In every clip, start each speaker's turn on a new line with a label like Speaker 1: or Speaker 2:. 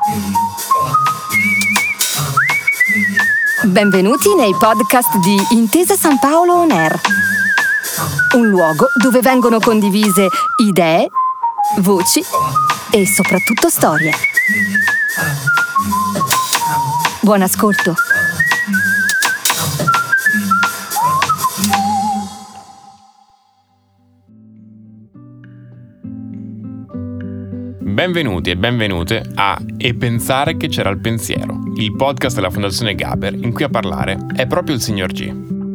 Speaker 1: Benvenuti nei podcast di Intesa San Paolo On Air, un luogo dove vengono condivise idee, voci e soprattutto storie. Buon ascolto.
Speaker 2: Benvenuti e benvenute a E pensare che c'era il pensiero, il podcast della Fondazione Gaber in cui a parlare è proprio il signor G.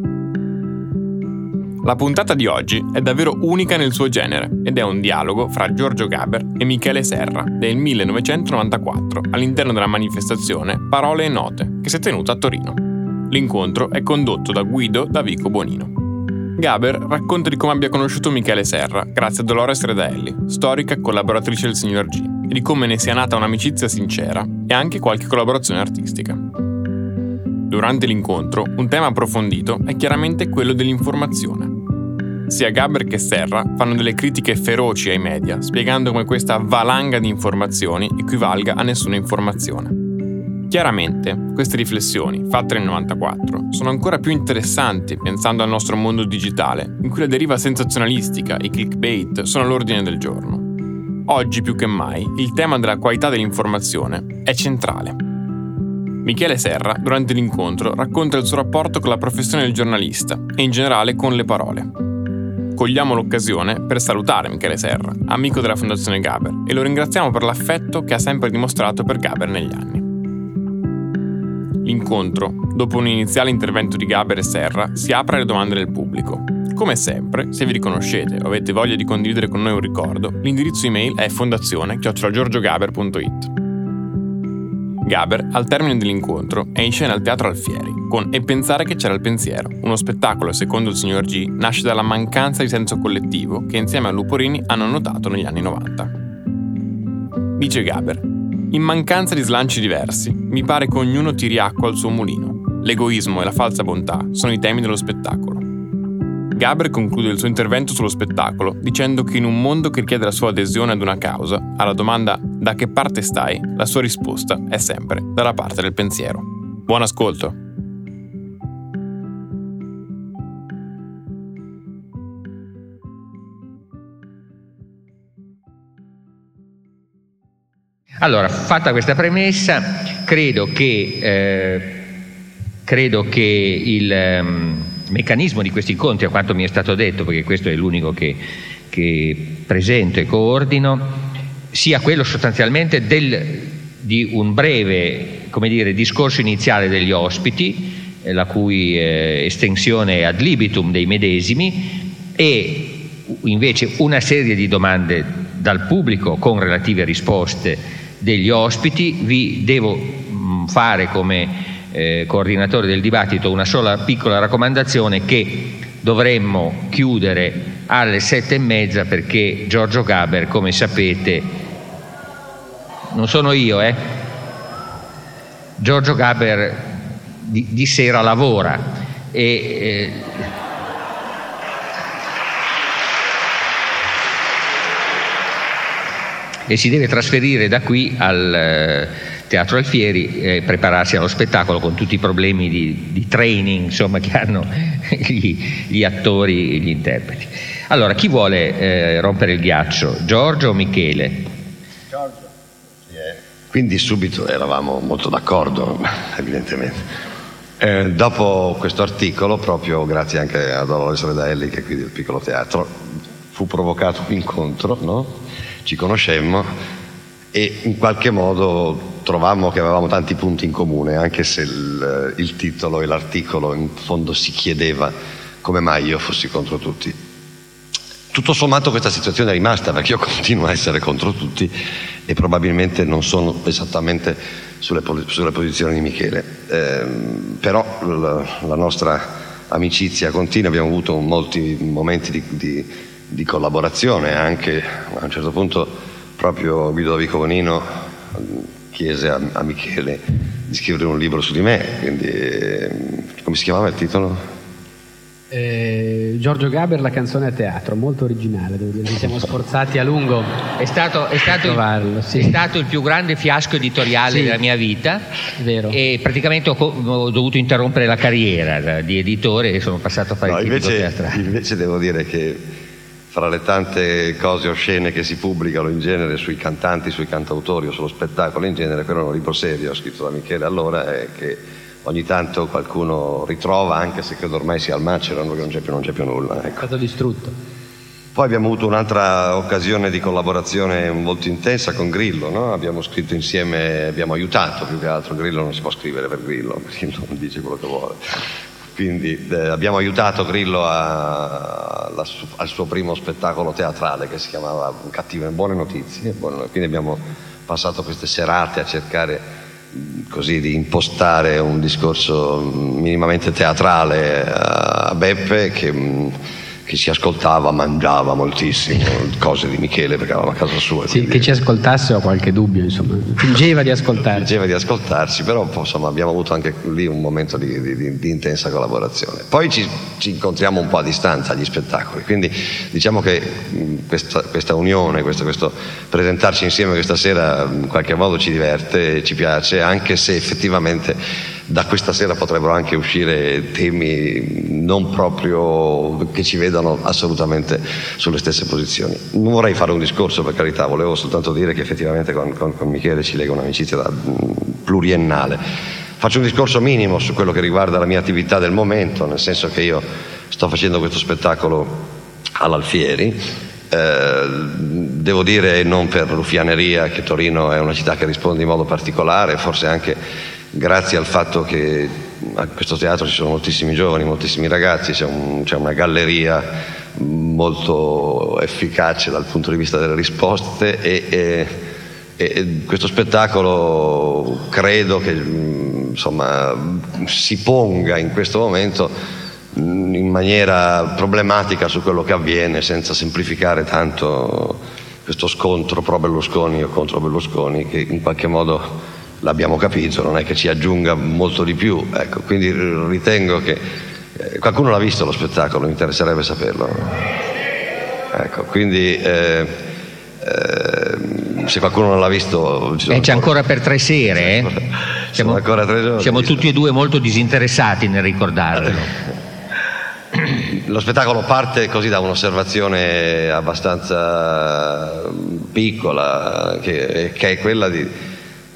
Speaker 2: La puntata di oggi è davvero unica nel suo genere ed è un dialogo fra Giorgio Gaber e Michele Serra del 1994 all'interno della manifestazione Parole e Note che si è tenuta a Torino. L'incontro è condotto da Guido Davico Bonino. Gaber racconta di come abbia conosciuto Michele Serra grazie a Dolores Redaelli, storica collaboratrice del signor G, e di come ne sia nata un'amicizia sincera e anche qualche collaborazione artistica. Durante l'incontro, un tema approfondito è chiaramente quello dell'informazione. Sia Gaber che Serra fanno delle critiche feroci ai media, spiegando come questa valanga di informazioni equivalga a nessuna informazione. Chiaramente, queste riflessioni, fatte nel 94, sono ancora più interessanti pensando al nostro mondo digitale, in cui la deriva sensazionalistica e i clickbait sono all'ordine del giorno. Oggi più che mai, il tema della qualità dell'informazione è centrale. Michele Serra, durante l'incontro, racconta il suo rapporto con la professione del giornalista e in generale con le parole. Cogliamo l'occasione per salutare Michele Serra, amico della Fondazione Gaber, e lo ringraziamo per l'affetto che ha sempre dimostrato per Gaber negli anni. L'incontro, dopo un iniziale intervento di Gaber e Serra, si apre alle domande del pubblico. Come sempre, se vi riconoscete o avete voglia di condividere con noi un ricordo, l'indirizzo email è fondazione@giorgiogaber.it. Gaber, al termine dell'incontro, è in scena al Teatro Alfieri, con E pensare che c'era il pensiero, uno spettacolo, secondo il signor G, nasce dalla mancanza di senso collettivo che insieme a Luporini hanno notato negli anni 90. Dice Gaber: in mancanza di slanci diversi, mi pare che ognuno tiri acqua al suo mulino. L'egoismo e la falsa bontà sono i temi dello spettacolo. Gaber conclude il suo intervento sullo spettacolo dicendo che in un mondo che richiede la sua adesione ad una causa, alla domanda "da che parte stai?", la sua risposta è sempre dalla parte del pensiero. Buon ascolto!
Speaker 3: Allora, fatta questa premessa, credo che il meccanismo di questi incontri, a quanto mi è stato detto, perché questo è l'unico che presento e coordino, sia quello sostanzialmente di un breve, discorso iniziale degli ospiti, la cui estensione è ad libitum dei medesimi, e invece una serie di domande dal pubblico con relative risposte degli ospiti. Vi devo fare come coordinatore del dibattito una sola piccola raccomandazione, che dovremmo chiudere alle 7:30 perché Giorgio Gaber, come sapete, non sono io, Giorgio Gaber di sera lavora e si deve trasferire da qui al Teatro Alfieri e prepararsi allo spettacolo con tutti i problemi di training, insomma, che hanno gli attori e gli interpreti. Allora, chi vuole rompere il ghiaccio? Giorgio o Michele?
Speaker 4: Giorgio. Quindi subito eravamo molto d'accordo, evidentemente. Dopo questo articolo, proprio grazie anche a Dolores Redaelli, che è qui del Piccolo Teatro, fu provocato un incontro, no? Ci conoscemmo e in qualche modo trovammo che avevamo tanti punti in comune, anche se il titolo e l'articolo in fondo si chiedeva come mai io fossi contro tutti. Tutto sommato questa situazione è rimasta, perché io continuo a essere contro tutti e probabilmente non sono esattamente sulle posizioni di Michele, però la nostra amicizia continua, abbiamo avuto molti momenti di collaborazione, anche a un certo punto proprio Guido Davico Bonino chiese a Michele di scrivere un libro su di me, quindi come si chiamava il titolo?
Speaker 5: Giorgio Gaber, La canzone a teatro, molto originale, devo dire. Ci siamo sforzati a lungo.
Speaker 3: È stato
Speaker 5: trovarlo, sì.
Speaker 3: È stato il più grande fiasco editoriale della mia vita.
Speaker 5: Vero.
Speaker 3: E praticamente ho dovuto interrompere la carriera di editore e sono passato a fare il critico teatrale.
Speaker 4: Invece devo dire che fra le tante cose oscene che si pubblicano in genere sui cantanti, sui cantautori o sullo spettacolo in genere, quello è un libro serio scritto da Michele allora, è che ogni tanto qualcuno ritrova, anche se credo ormai sia al macero, perché non c'è più nulla. Ecco.
Speaker 5: È stato distrutto.
Speaker 4: Poi abbiamo avuto un'altra occasione di collaborazione molto intensa con Grillo, no? Abbiamo scritto insieme, abbiamo aiutato più che altro. Grillo non si può scrivere per Grillo, perché non dice quello che vuole. Quindi abbiamo aiutato Grillo al suo primo spettacolo teatrale che si chiamava Buone Notizie. Quindi abbiamo passato queste serate a cercare così di impostare un discorso minimamente teatrale a Beppe che si ascoltava, mangiava moltissimo cose di Michele perché eravamo a casa sua.
Speaker 5: Sì, che ci ascoltasse ho qualche dubbio, insomma, fingeva di
Speaker 4: ascoltarsi, però insomma abbiamo avuto anche lì un momento di intensa collaborazione. Poi ci incontriamo un po' a distanza agli spettacoli, quindi diciamo che questa unione, questo presentarci insieme questa sera in qualche modo ci diverte, ci piace, anche se effettivamente da questa sera potrebbero anche uscire temi non proprio che ci vedano assolutamente sulle stesse posizioni. Non vorrei fare un discorso, per carità, volevo soltanto dire che effettivamente con Michele ci lega un'amicizia pluriennale. Faccio un discorso minimo su quello che riguarda la mia attività del momento, nel senso che io sto facendo questo spettacolo all'Alfieri. Devo dire, non per ruffianeria, che Torino è una città che risponde in modo particolare, forse anche grazie al fatto che a questo teatro ci sono moltissimi giovani, moltissimi ragazzi, c'è una galleria molto efficace dal punto di vista delle risposte e questo spettacolo credo che insomma si ponga in questo momento in maniera problematica su quello che avviene, senza semplificare tanto questo scontro pro Berlusconi o contro Berlusconi, che in qualche modo l'abbiamo capito, non è che ci aggiunga molto di più, ecco, quindi ritengo che qualcuno l'ha visto lo spettacolo, mi interesserebbe saperlo, ecco, quindi se qualcuno non l'ha visto
Speaker 3: c'è ancora per 3 sere,
Speaker 4: siamo ancora 3 giorni,
Speaker 3: siamo tutti e due molto disinteressati nel ricordarlo.
Speaker 4: Lo spettacolo parte così da un'osservazione abbastanza piccola, che è quella di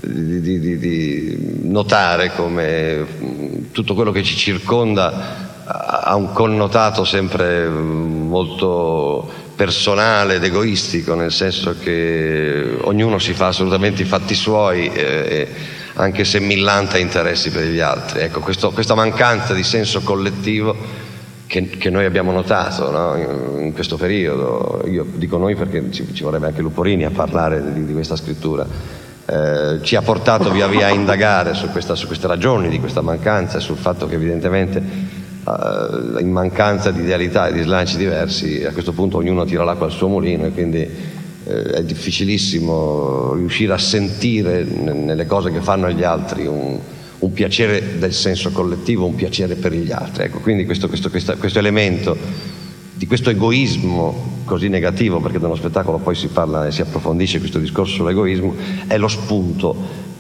Speaker 4: notare come tutto quello che ci circonda ha un connotato sempre molto personale ed egoistico, nel senso che ognuno si fa assolutamente i fatti suoi, anche se millanta interessi per gli altri. Ecco, questa mancanza di senso collettivo che noi abbiamo notato, no? In questo periodo, io dico noi perché ci vorrebbe anche Luporini a parlare di questa scrittura, ci ha portato via via a indagare su queste ragioni di questa mancanza e sul fatto che evidentemente in mancanza di idealità e di slanci diversi a questo punto ognuno tira l'acqua al suo mulino e quindi è difficilissimo riuscire a sentire nelle cose che fanno gli altri un piacere del senso collettivo, un piacere per gli altri. Ecco, quindi questo elemento di questo egoismo così negativo, perché nello spettacolo poi si parla e si approfondisce questo discorso sull'egoismo, è lo spunto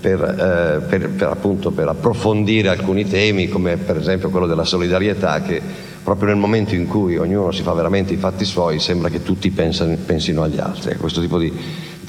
Speaker 4: per approfondire alcuni temi, come per esempio quello della solidarietà, che proprio nel momento in cui ognuno si fa veramente i fatti suoi sembra che tutti pensino agli altri. Questo tipo di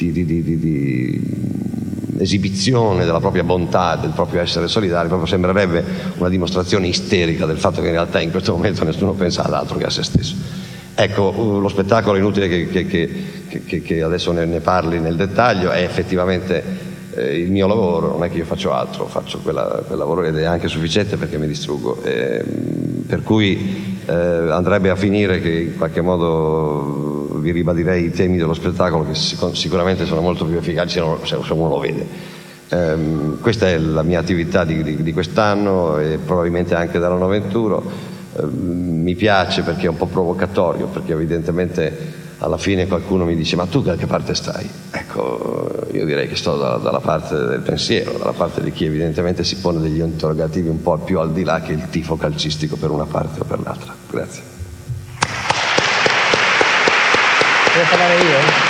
Speaker 4: esibizione della propria bontà, del proprio essere solidari, proprio sembrerebbe una dimostrazione isterica del fatto che in realtà in questo momento nessuno pensa ad altro che a se stesso. Ecco, lo spettacolo, è inutile che adesso ne parli nel dettaglio, è effettivamente il mio lavoro, non è che io faccio altro, faccio quel lavoro ed è anche sufficiente perché mi distruggo, per cui andrebbe a finire che in qualche modo vi ribadirei i temi dello spettacolo, che sicuramente sono molto più efficaci se uno lo vede. Questa è la mia attività di quest'anno e probabilmente anche dell'anno venturo. Mi piace perché è un po' provocatorio, perché evidentemente alla fine qualcuno mi dice: ma tu da che parte stai? Ecco, io direi che sto dalla parte del pensiero, dalla parte di chi evidentemente si pone degli interrogativi un po' più al di là che il tifo calcistico per una parte o per l'altra. Grazie.
Speaker 5: Devo parlare io?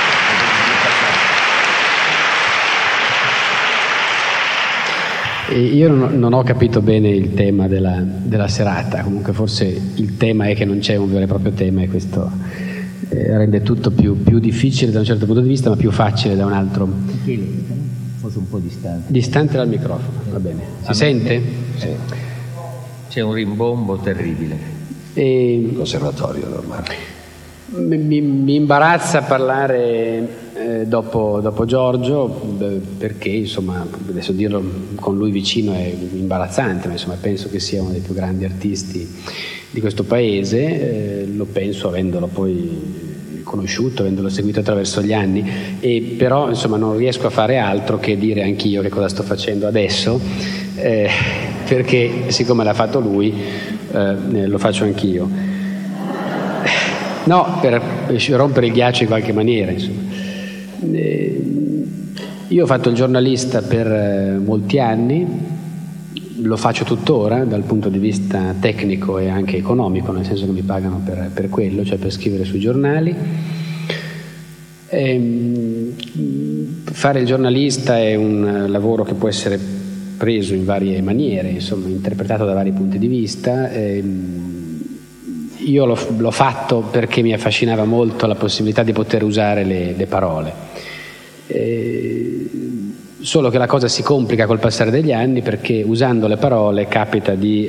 Speaker 5: Io non ho capito bene il tema della serata, comunque forse il tema è che non c'è un vero e proprio tema, e questo rende tutto più difficile da un certo punto di vista, ma più facile da un altro.
Speaker 3: Forse un po' distante.
Speaker 5: Distante dal microfono, va bene. Si sente?
Speaker 3: Sì. C'è un rimbombo terribile.
Speaker 4: Conservatorio normale.
Speaker 5: Mi imbarazza parlare dopo Giorgio, perché insomma adesso dirlo con lui vicino è imbarazzante, ma insomma penso che sia uno dei più grandi artisti di questo paese, lo penso avendolo poi conosciuto, avendolo seguito attraverso gli anni, e però insomma non riesco a fare altro che dire anch'io che cosa sto facendo adesso, perché siccome l'ha fatto lui lo faccio anch'io. No, per rompere il ghiaccio in qualche maniera, insomma. Io ho fatto il giornalista per molti anni, lo faccio tuttora dal punto di vista tecnico e anche economico, nel senso che mi pagano per quello, cioè per scrivere sui giornali. Fare il giornalista è un lavoro che può essere preso in varie maniere, insomma, interpretato da vari punti di vista. Io l'ho fatto perché mi affascinava molto la possibilità di poter usare le parole. Solo che la cosa si complica col passare degli anni, perché usando le parole capita di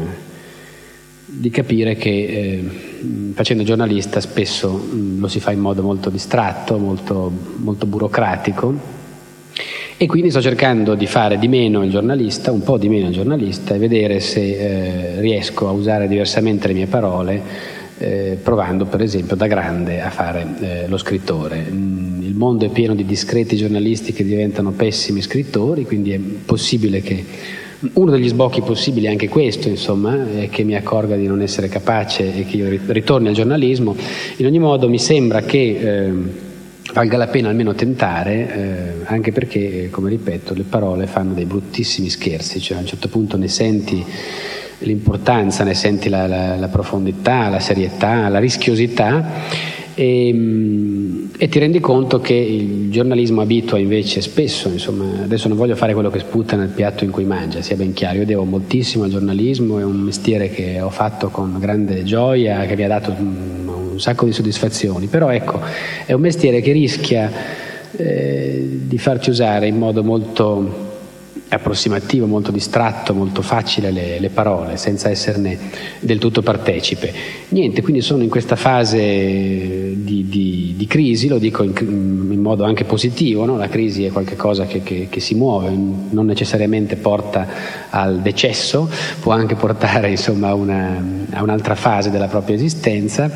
Speaker 5: capire che facendo giornalista spesso lo si fa in modo molto distratto, molto, molto burocratico, e quindi sto cercando di fare di meno il giornalista, un po' di meno il giornalista, e vedere se riesco a usare diversamente le mie parole, provando per esempio da grande a fare lo scrittore. Il mondo è pieno di discreti giornalisti che diventano pessimi scrittori, quindi è possibile che uno degli sbocchi possibili è anche questo, insomma, è che mi accorga di non essere capace e che io ritorni al giornalismo. In ogni modo mi sembra che valga la pena almeno tentare, anche perché, come ripeto, le parole fanno dei bruttissimi scherzi, cioè a un certo punto ne senti l'importanza, ne senti la profondità, la serietà, la rischiosità, e ti rendi conto che il giornalismo abitua invece spesso, insomma, adesso non voglio fare quello che sputa nel piatto in cui mangia, sia ben chiaro, io devo moltissimo al giornalismo, è un mestiere che ho fatto con grande gioia, che mi ha dato un sacco di soddisfazioni, però ecco, è un mestiere che rischia di farci usare in modo molto approssimativo, molto distratto, molto facile le parole, senza esserne del tutto partecipe. Niente, quindi sono in questa fase di crisi, lo dico in modo anche positivo, no? La crisi è qualcosa che si muove, non necessariamente porta al decesso, può anche portare insomma a un'altra fase della propria esistenza,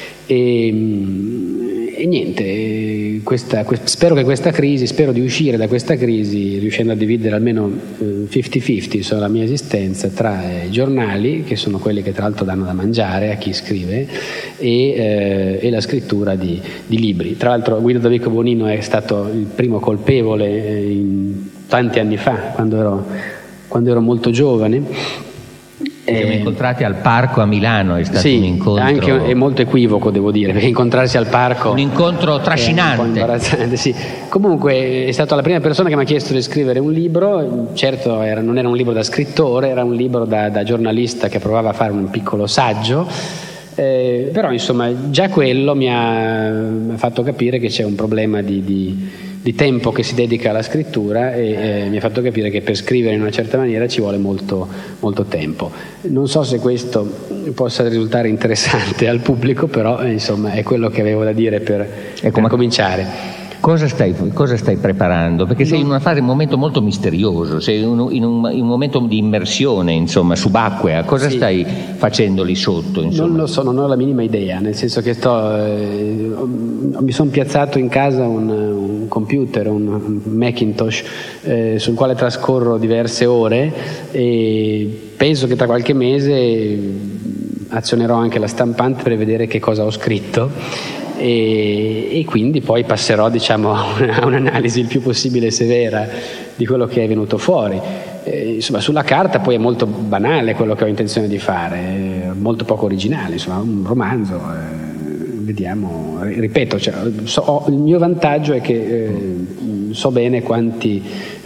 Speaker 5: e niente, spero che questa crisi, spero di uscire da questa crisi riuscendo a dividere almeno 50-50 insomma, la mia esistenza tra i giornali, che sono quelli che tra l'altro danno da mangiare a chi scrive, e la scrittura di libri. Tra l'altro Guido Davico Bonino è stato il primo colpevole tanti anni fa, quando ero molto giovane.
Speaker 3: Siamo incontrati al parco a Milano, è stato
Speaker 5: sì,
Speaker 3: un incontro.
Speaker 5: Anche è molto equivoco, devo dire, perché incontrarsi al parco.
Speaker 3: Un incontro trascinante.
Speaker 5: Un po' imbarazzante, sì. Comunque è stata la prima persona che mi ha chiesto di scrivere un libro. Certo, non era un libro da scrittore, era un libro da giornalista che provava a fare un piccolo saggio. Però insomma già quello mi ha fatto capire che c'è un problema di tempo che si dedica alla scrittura, e mi ha fatto capire che per scrivere in una certa maniera ci vuole molto, molto tempo. Non so se questo possa risultare interessante al pubblico, però insomma è quello che avevo da dire per cominciare.
Speaker 3: Cosa stai preparando? Perché sei in una fase, un momento molto misterioso, sei in un momento di immersione, insomma, subacquea. Cosa stai facendo lì sotto? Insomma?
Speaker 5: Non lo so, non ho la minima idea, nel senso che mi sono piazzato in casa un computer, un Macintosh, sul quale trascorro diverse ore, e penso che tra qualche mese azionerò anche la stampante per vedere che cosa ho scritto. e quindi poi passerò, diciamo, a un'analisi il più possibile severa di quello che è venuto fuori. Insomma, sulla carta poi è molto banale quello che ho intenzione di fare, molto poco originale, insomma, un romanzo. Vediamo, ripeto, cioè, il mio vantaggio è che so bene quanti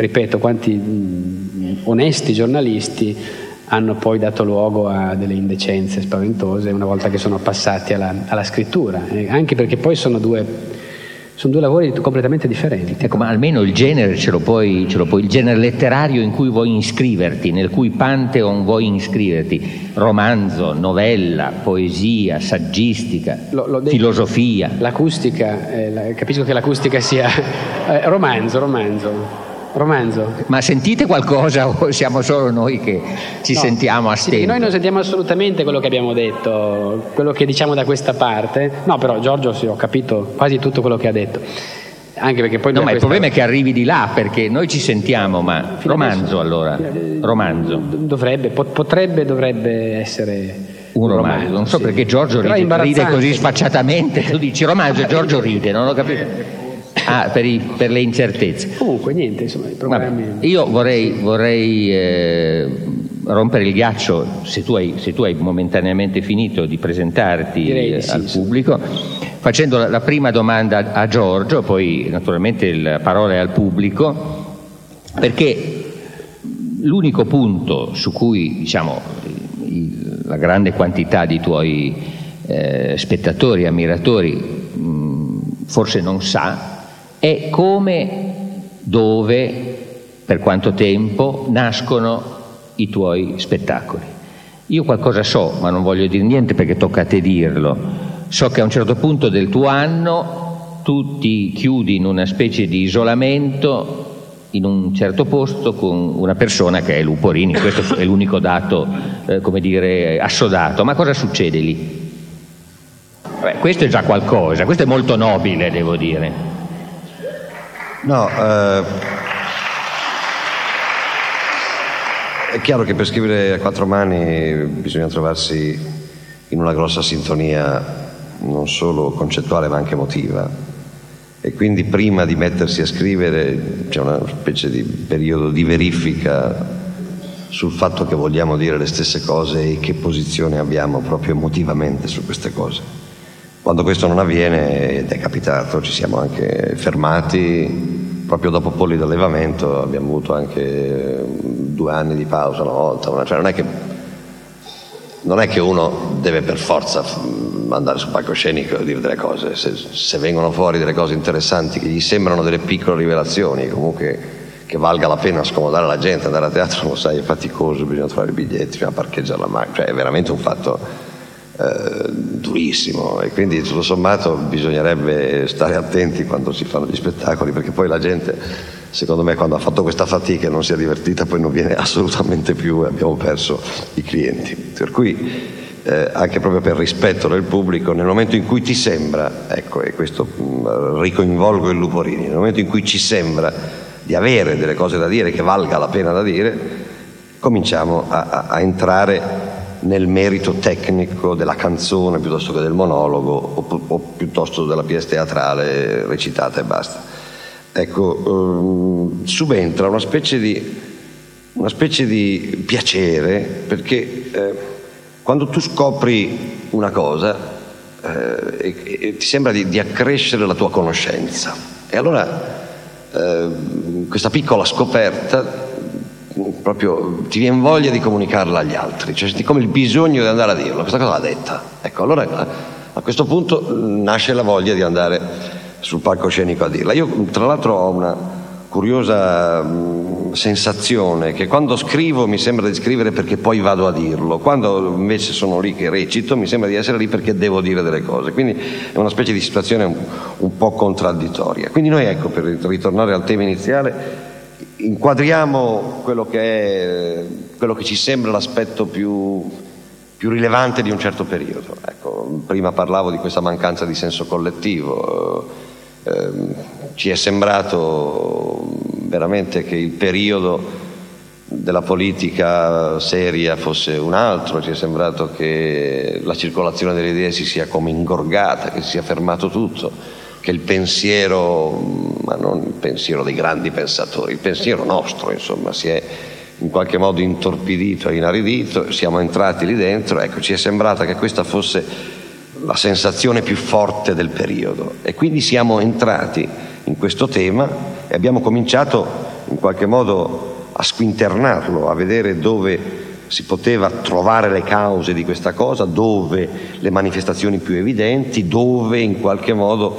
Speaker 5: onesti giornalisti hanno poi dato luogo a delle indecenze spaventose una volta che sono passati alla scrittura, anche perché poi sono due lavori completamente differenti.
Speaker 3: Ecco, ma almeno il genere ce lo puoi, il genere letterario in cui vuoi iscriverti, nel cui pantheon vuoi iscriverti: romanzo, novella, poesia, saggistica, filosofia.
Speaker 5: L'acustica, capisco che l'acustica sia romanzo.
Speaker 3: Ma sentite qualcosa o siamo solo noi che ci sentiamo a stento?
Speaker 5: Sì, noi non sentiamo assolutamente quello che abbiamo detto, quello che diciamo da questa parte. No, però Giorgio, sì, ho capito quasi tutto quello che ha detto. Anche perché poi
Speaker 3: ma il problema è che arrivi di là, perché noi ci sentiamo, ma romanzo allora, romanzo. Dovrebbe essere un romanzo. Non so perché Giorgio ride così sfacciatamente, tu dici romanzo e Giorgio ride, non ho capito. Per le incertezze.
Speaker 5: Comunque niente, insomma, i programmi.
Speaker 3: Io vorrei rompere il ghiaccio, se tu hai momentaneamente finito di presentarti al pubblico, facendo la prima domanda a Giorgio, poi naturalmente la parola è al pubblico, perché l'unico punto su cui, diciamo, la grande quantità di tuoi spettatori, ammiratori forse non sa, è come, dove, per quanto tempo nascono i tuoi spettacoli. Io qualcosa so, ma non voglio dire niente perché tocca a te dirlo. So che a un certo punto del tuo anno tu ti chiudi in una specie di isolamento in un certo posto con una persona che è Luporini. Questo è l'unico dato, assodato. Ma cosa succede lì? Questo è già qualcosa, questo è molto nobile, devo dire.
Speaker 4: No, è chiaro che per scrivere a quattro mani bisogna trovarsi in una grossa sintonia non solo concettuale ma anche emotiva, e quindi prima di mettersi a scrivere c'è una specie di periodo di verifica sul fatto che vogliamo dire le stesse cose e che posizione abbiamo proprio emotivamente su queste cose. Quando questo non avviene, ed è capitato, ci siamo anche fermati, proprio dopo Polli d'allevamento abbiamo avuto anche 2 anni di pausa una volta, cioè non è che uno deve per forza andare sul palcoscenico e dire delle cose, se vengono fuori delle cose interessanti che gli sembrano delle piccole rivelazioni, comunque che valga la pena scomodare la gente, andare a teatro, lo sai, è faticoso, bisogna trovare i biglietti, bisogna parcheggiare la macchina, cioè è veramente un fatto durissimo, e quindi tutto sommato bisognerebbe stare attenti quando si fanno gli spettacoli, perché poi la gente, secondo me, quando ha fatto questa fatica e non si è divertita, poi non viene assolutamente più e abbiamo perso i clienti. Per cui anche proprio per rispetto del pubblico, nel momento in cui ti sembra, ecco, e questo ricoinvolgo il Luporini, nel momento in cui ci sembra di avere delle cose da dire che valga la pena da dire, cominciamo a entrare nel merito tecnico della canzone piuttosto che del monologo o piuttosto della pièce teatrale recitata e basta. Ecco, subentra una specie di piacere, perché quando tu scopri una cosa e ti sembra di accrescere la tua conoscenza, e allora questa piccola scoperta proprio ti viene voglia di comunicarla agli altri, cioè senti come il bisogno di andare a dirlo, questa cosa l'ha detta, ecco, allora a questo punto nasce la voglia di andare sul palcoscenico a dirla. Io tra l'altro ho una curiosa sensazione che quando scrivo mi sembra di scrivere perché poi vado a dirlo, quando invece sono lì che recito mi sembra di essere lì perché devo dire delle cose, quindi è una specie di situazione un po' contraddittoria. Quindi noi, ecco, per ritornare al tema iniziale, inquadriamo quello che ci sembra l'aspetto più rilevante di un certo periodo. Ecco, prima parlavo di questa mancanza di senso collettivo, ci è sembrato veramente che il periodo della politica seria fosse un altro, ci è sembrato che la circolazione delle idee si sia come ingorgata, che si sia fermato tutto, che il pensiero, ma non il pensiero dei grandi pensatori, il pensiero nostro, insomma, si è in qualche modo intorpidito e inaridito. Siamo entrati lì dentro, ecco, ci è sembrata che questa fosse la sensazione più forte del periodo, e quindi siamo entrati in questo tema e abbiamo cominciato in qualche modo a squinternarlo, a vedere dove si poteva trovare le cause di questa cosa, dove le manifestazioni più evidenti, dove in qualche modo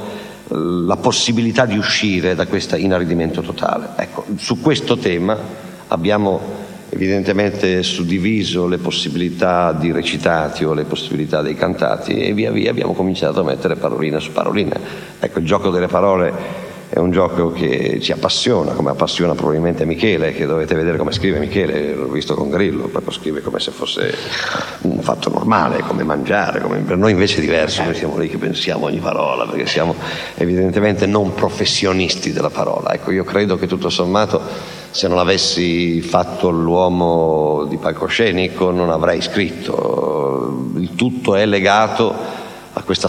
Speaker 4: la possibilità di uscire da questo inaridimento totale. Ecco, su questo tema abbiamo evidentemente suddiviso le possibilità di recitati o le possibilità dei cantati, e via via abbiamo cominciato a mettere paroline su paroline. Ecco, il gioco delle parole è un gioco che ci appassiona, come appassiona probabilmente Michele, che dovete vedere come scrive Michele, l'ho visto con Grillo, proprio scrive come se fosse un fatto normale, come mangiare, per noi invece è diverso, noi siamo lì che pensiamo ogni parola, perché siamo evidentemente non professionisti della parola. Ecco, io credo che tutto sommato, se non avessi fatto l'uomo di palcoscenico, non avrei scritto. Il tutto è legato a questo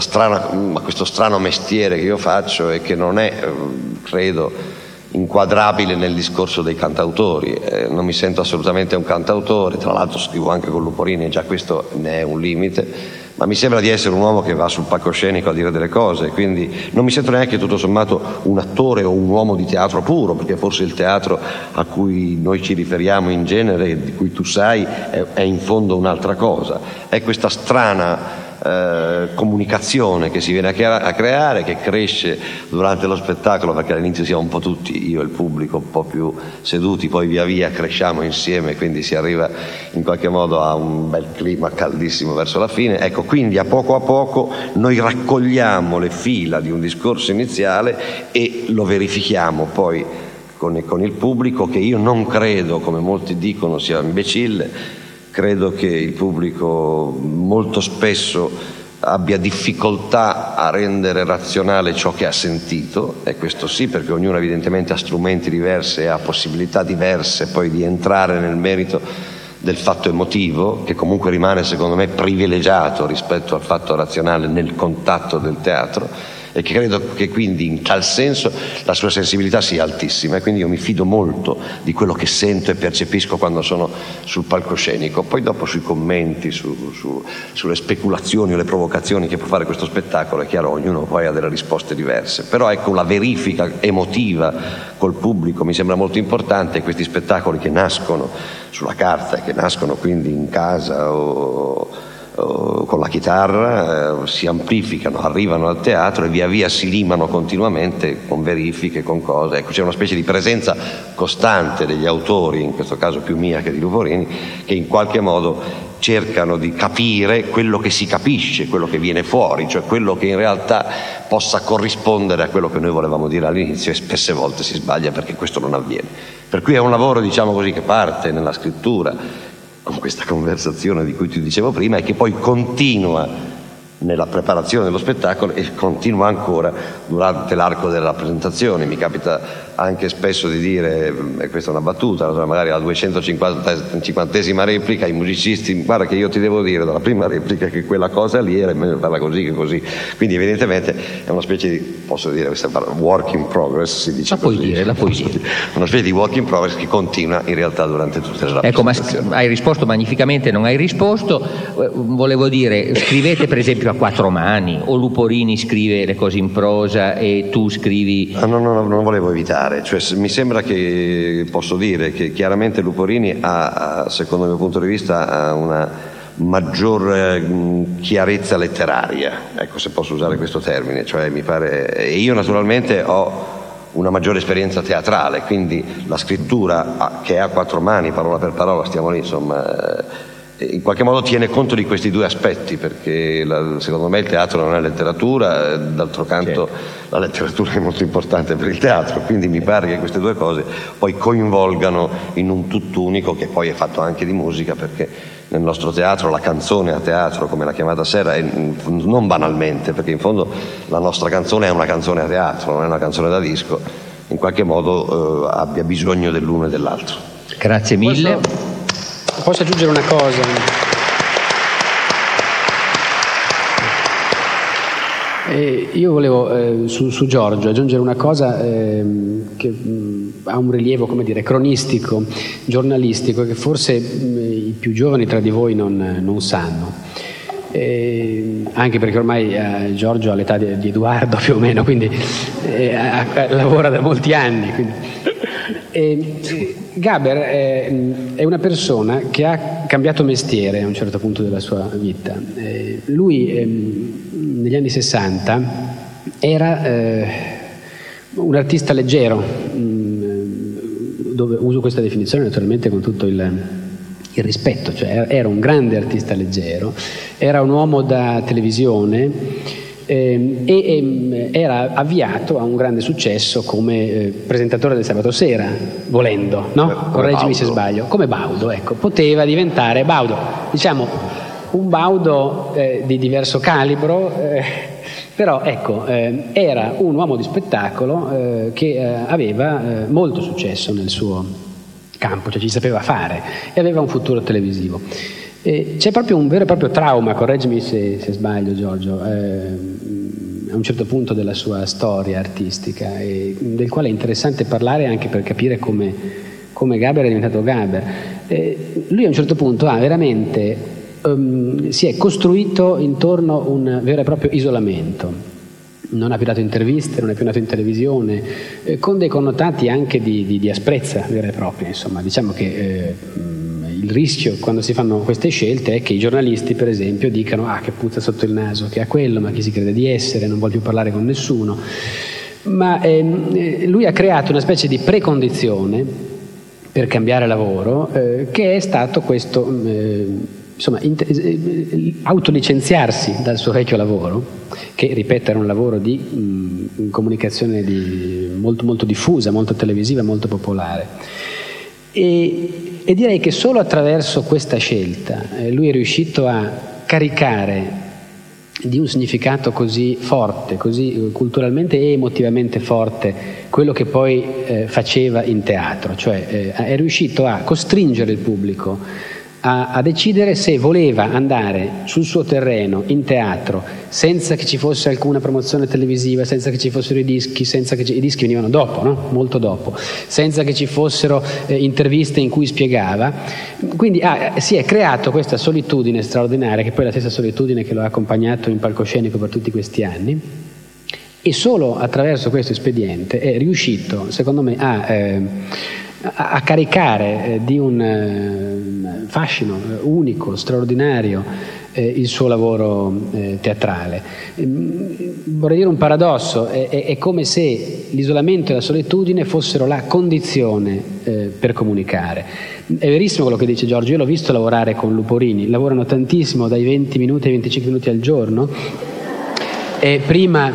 Speaker 4: strano mestiere che io faccio e che non è, credo, inquadrabile nel discorso dei cantautori. Non mi sento assolutamente un cantautore, tra l'altro scrivo anche con Luporini e già questo ne è un limite, ma mi sembra di essere un uomo che va sul palcoscenico a dire delle cose, quindi non mi sento neanche tutto sommato un attore o un uomo di teatro puro, perché forse il teatro a cui noi ci riferiamo in genere, di cui tu sai, è in fondo un'altra cosa. È questa strana comunicazione che si viene a creare, che cresce durante lo spettacolo, perché all'inizio siamo un po' tutti, io e il pubblico, un po' più seduti, poi via via cresciamo insieme, quindi si arriva in qualche modo a un bel clima caldissimo verso la fine. Ecco, quindi a poco noi raccogliamo le fila di un discorso iniziale e lo verifichiamo poi con il pubblico, che io non credo, come molti dicono, sia imbecille. Credo che il pubblico molto spesso abbia difficoltà a rendere razionale ciò che ha sentito, e questo sì, perché ognuno evidentemente ha strumenti diversi e ha possibilità diverse poi di entrare nel merito del fatto emotivo, che comunque rimane secondo me privilegiato rispetto al fatto razionale nel contatto del teatro, e che credo che quindi in tal senso la sua sensibilità sia altissima, e quindi io mi fido molto di quello che sento e percepisco quando sono sul palcoscenico. Poi dopo sui commenti, sulle speculazioni o le provocazioni che può fare questo spettacolo, è chiaro, ognuno poi ha delle risposte diverse, però ecco, la verifica emotiva col pubblico mi sembra molto importante. Questi spettacoli che nascono sulla carta e che nascono quindi in casa o con la chitarra, si amplificano, arrivano al teatro e via via si limano continuamente con verifiche, con cose. Ecco, c'è una specie di presenza costante degli autori, in questo caso più mia che di Luporini, che in qualche modo cercano di capire quello che si capisce, quello che viene fuori, cioè quello che in realtà possa corrispondere a quello che noi volevamo dire all'inizio, e spesse volte si sbaglia perché questo non avviene. Per cui è un lavoro, diciamo così, che parte nella scrittura, con questa conversazione di cui ti dicevo prima, e che poi continua nella preparazione dello spettacolo e continua ancora durante l'arco delle rappresentazioni. Mi capita anche spesso di dire, e questa è una battuta, magari alla 250esima replica, i musicisti: guarda che io ti devo dire dalla prima replica che quella cosa lì era meglio farla così che così. Quindi evidentemente è una specie di, posso dire questa parola, work in progress, si dice così.
Speaker 3: La puoi dire.
Speaker 4: Una specie di work in progress che continua in realtà durante tutte le rappresentazioni.
Speaker 3: Ecco, ma hai risposto magnificamente, non hai risposto. Volevo dire, scrivete per esempio a quattro mani, o Luporini scrive le cose in prosa e tu scrivi?
Speaker 4: Non volevo evitare. Cioè, mi sembra che posso dire che chiaramente Luporini ha, secondo il mio punto di vista, ha una maggior chiarezza letteraria, ecco, se posso usare questo termine, cioè mi pare, e io naturalmente ho una maggiore esperienza teatrale, quindi la scrittura che è a quattro mani, parola per parola, stiamo lì, insomma, in qualche modo tiene conto di questi due aspetti, perché secondo me il teatro non è letteratura, d'altro canto la letteratura è molto importante per il teatro, quindi mi pare che queste due cose poi coinvolgano in un tutt'unico, che poi è fatto anche di musica, perché nel nostro teatro la canzone a teatro, come l'ha chiamata Serra, è non banalmente, perché in fondo la nostra canzone è una canzone a teatro, non è una canzone da disco, in qualche modo abbia bisogno dell'uno e dell'altro.
Speaker 3: Grazie mille.
Speaker 5: Posso aggiungere una cosa? Io volevo su Giorgio aggiungere una cosa che ha un rilievo, come dire, cronistico, giornalistico, che forse i più giovani tra di voi non sanno. Anche perché ormai Giorgio ha l'età di Edoardo più o meno, quindi lavora da molti anni. Gaber è una persona che ha cambiato mestiere a un certo punto della sua vita. Lui negli anni 60 era un artista leggero, dove uso questa definizione naturalmente con tutto il rispetto, cioè era un grande artista leggero, era un uomo da televisione e era avviato a un grande successo come presentatore del sabato sera, volendo, no? Correggimi se sbaglio, come Baudo, ecco, poteva diventare Baudo, diciamo un Baudo di diverso calibro, però ecco, era un uomo di spettacolo che aveva molto successo nel suo campo, cioè ci sapeva fare e aveva un futuro televisivo. C'è proprio un vero e proprio trauma, correggimi se sbaglio Giorgio, a un certo punto della sua storia artistica, del quale è interessante parlare anche per capire come Gaber è diventato Gaber. Lui a un certo punto veramente si è costruito intorno a un vero e proprio isolamento. Non ha più dato interviste, non è più andato in televisione, con dei connotati anche di asprezza vera e propria. Insomma, diciamo che il rischio quando si fanno queste scelte è che i giornalisti, per esempio, dicano che puzza sotto il naso, che ha quello, ma chi si crede di essere, non vuole più parlare con nessuno. Ma lui ha creato una specie di precondizione per cambiare lavoro, che è stato questo, autolicenziarsi dal suo vecchio lavoro, che ripeto era un lavoro di comunicazione molto, molto diffusa, molto televisiva, molto popolare. E direi che solo attraverso questa scelta lui è riuscito a caricare di un significato così forte, così culturalmente e emotivamente forte, quello che poi faceva in teatro, cioè è riuscito a costringere il pubblico a decidere se voleva andare sul suo terreno in teatro senza che ci fosse alcuna promozione televisiva, senza che ci fossero i dischi, i dischi venivano dopo, no? Molto dopo, senza che ci fossero interviste in cui spiegava. Quindi si è creato questa solitudine straordinaria, che poi è la stessa solitudine che lo ha accompagnato in palcoscenico per tutti questi anni, e solo attraverso questo espediente è riuscito, secondo me, a caricare di un fascino unico, straordinario, il suo lavoro teatrale. Vorrei dire un paradosso, è come se l'isolamento e la solitudine fossero la condizione per comunicare. È verissimo quello che dice Giorgio, io l'ho visto lavorare con Luporini, lavorano tantissimo, dai 20 minuti ai 25 minuti al giorno, e prima...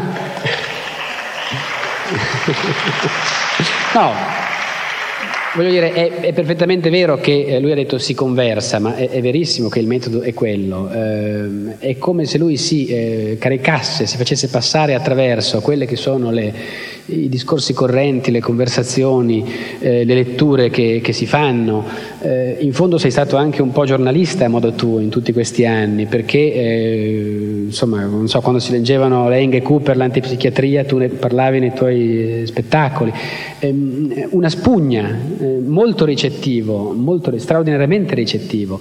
Speaker 5: No, voglio dire, è perfettamente vero che lui ha detto si conversa, ma è verissimo che il metodo è quello. È come se lui si caricasse, si facesse passare attraverso quelle che sono i discorsi correnti, le conversazioni, le letture che si fanno. In fondo sei stato anche un po' giornalista a modo tuo in tutti questi anni, perché insomma, non so, quando si leggevano Laing e Cooper, l'antipsichiatria, tu ne parlavi nei tuoi spettacoli. Una spugna, molto ricettivo, straordinariamente ricettivo,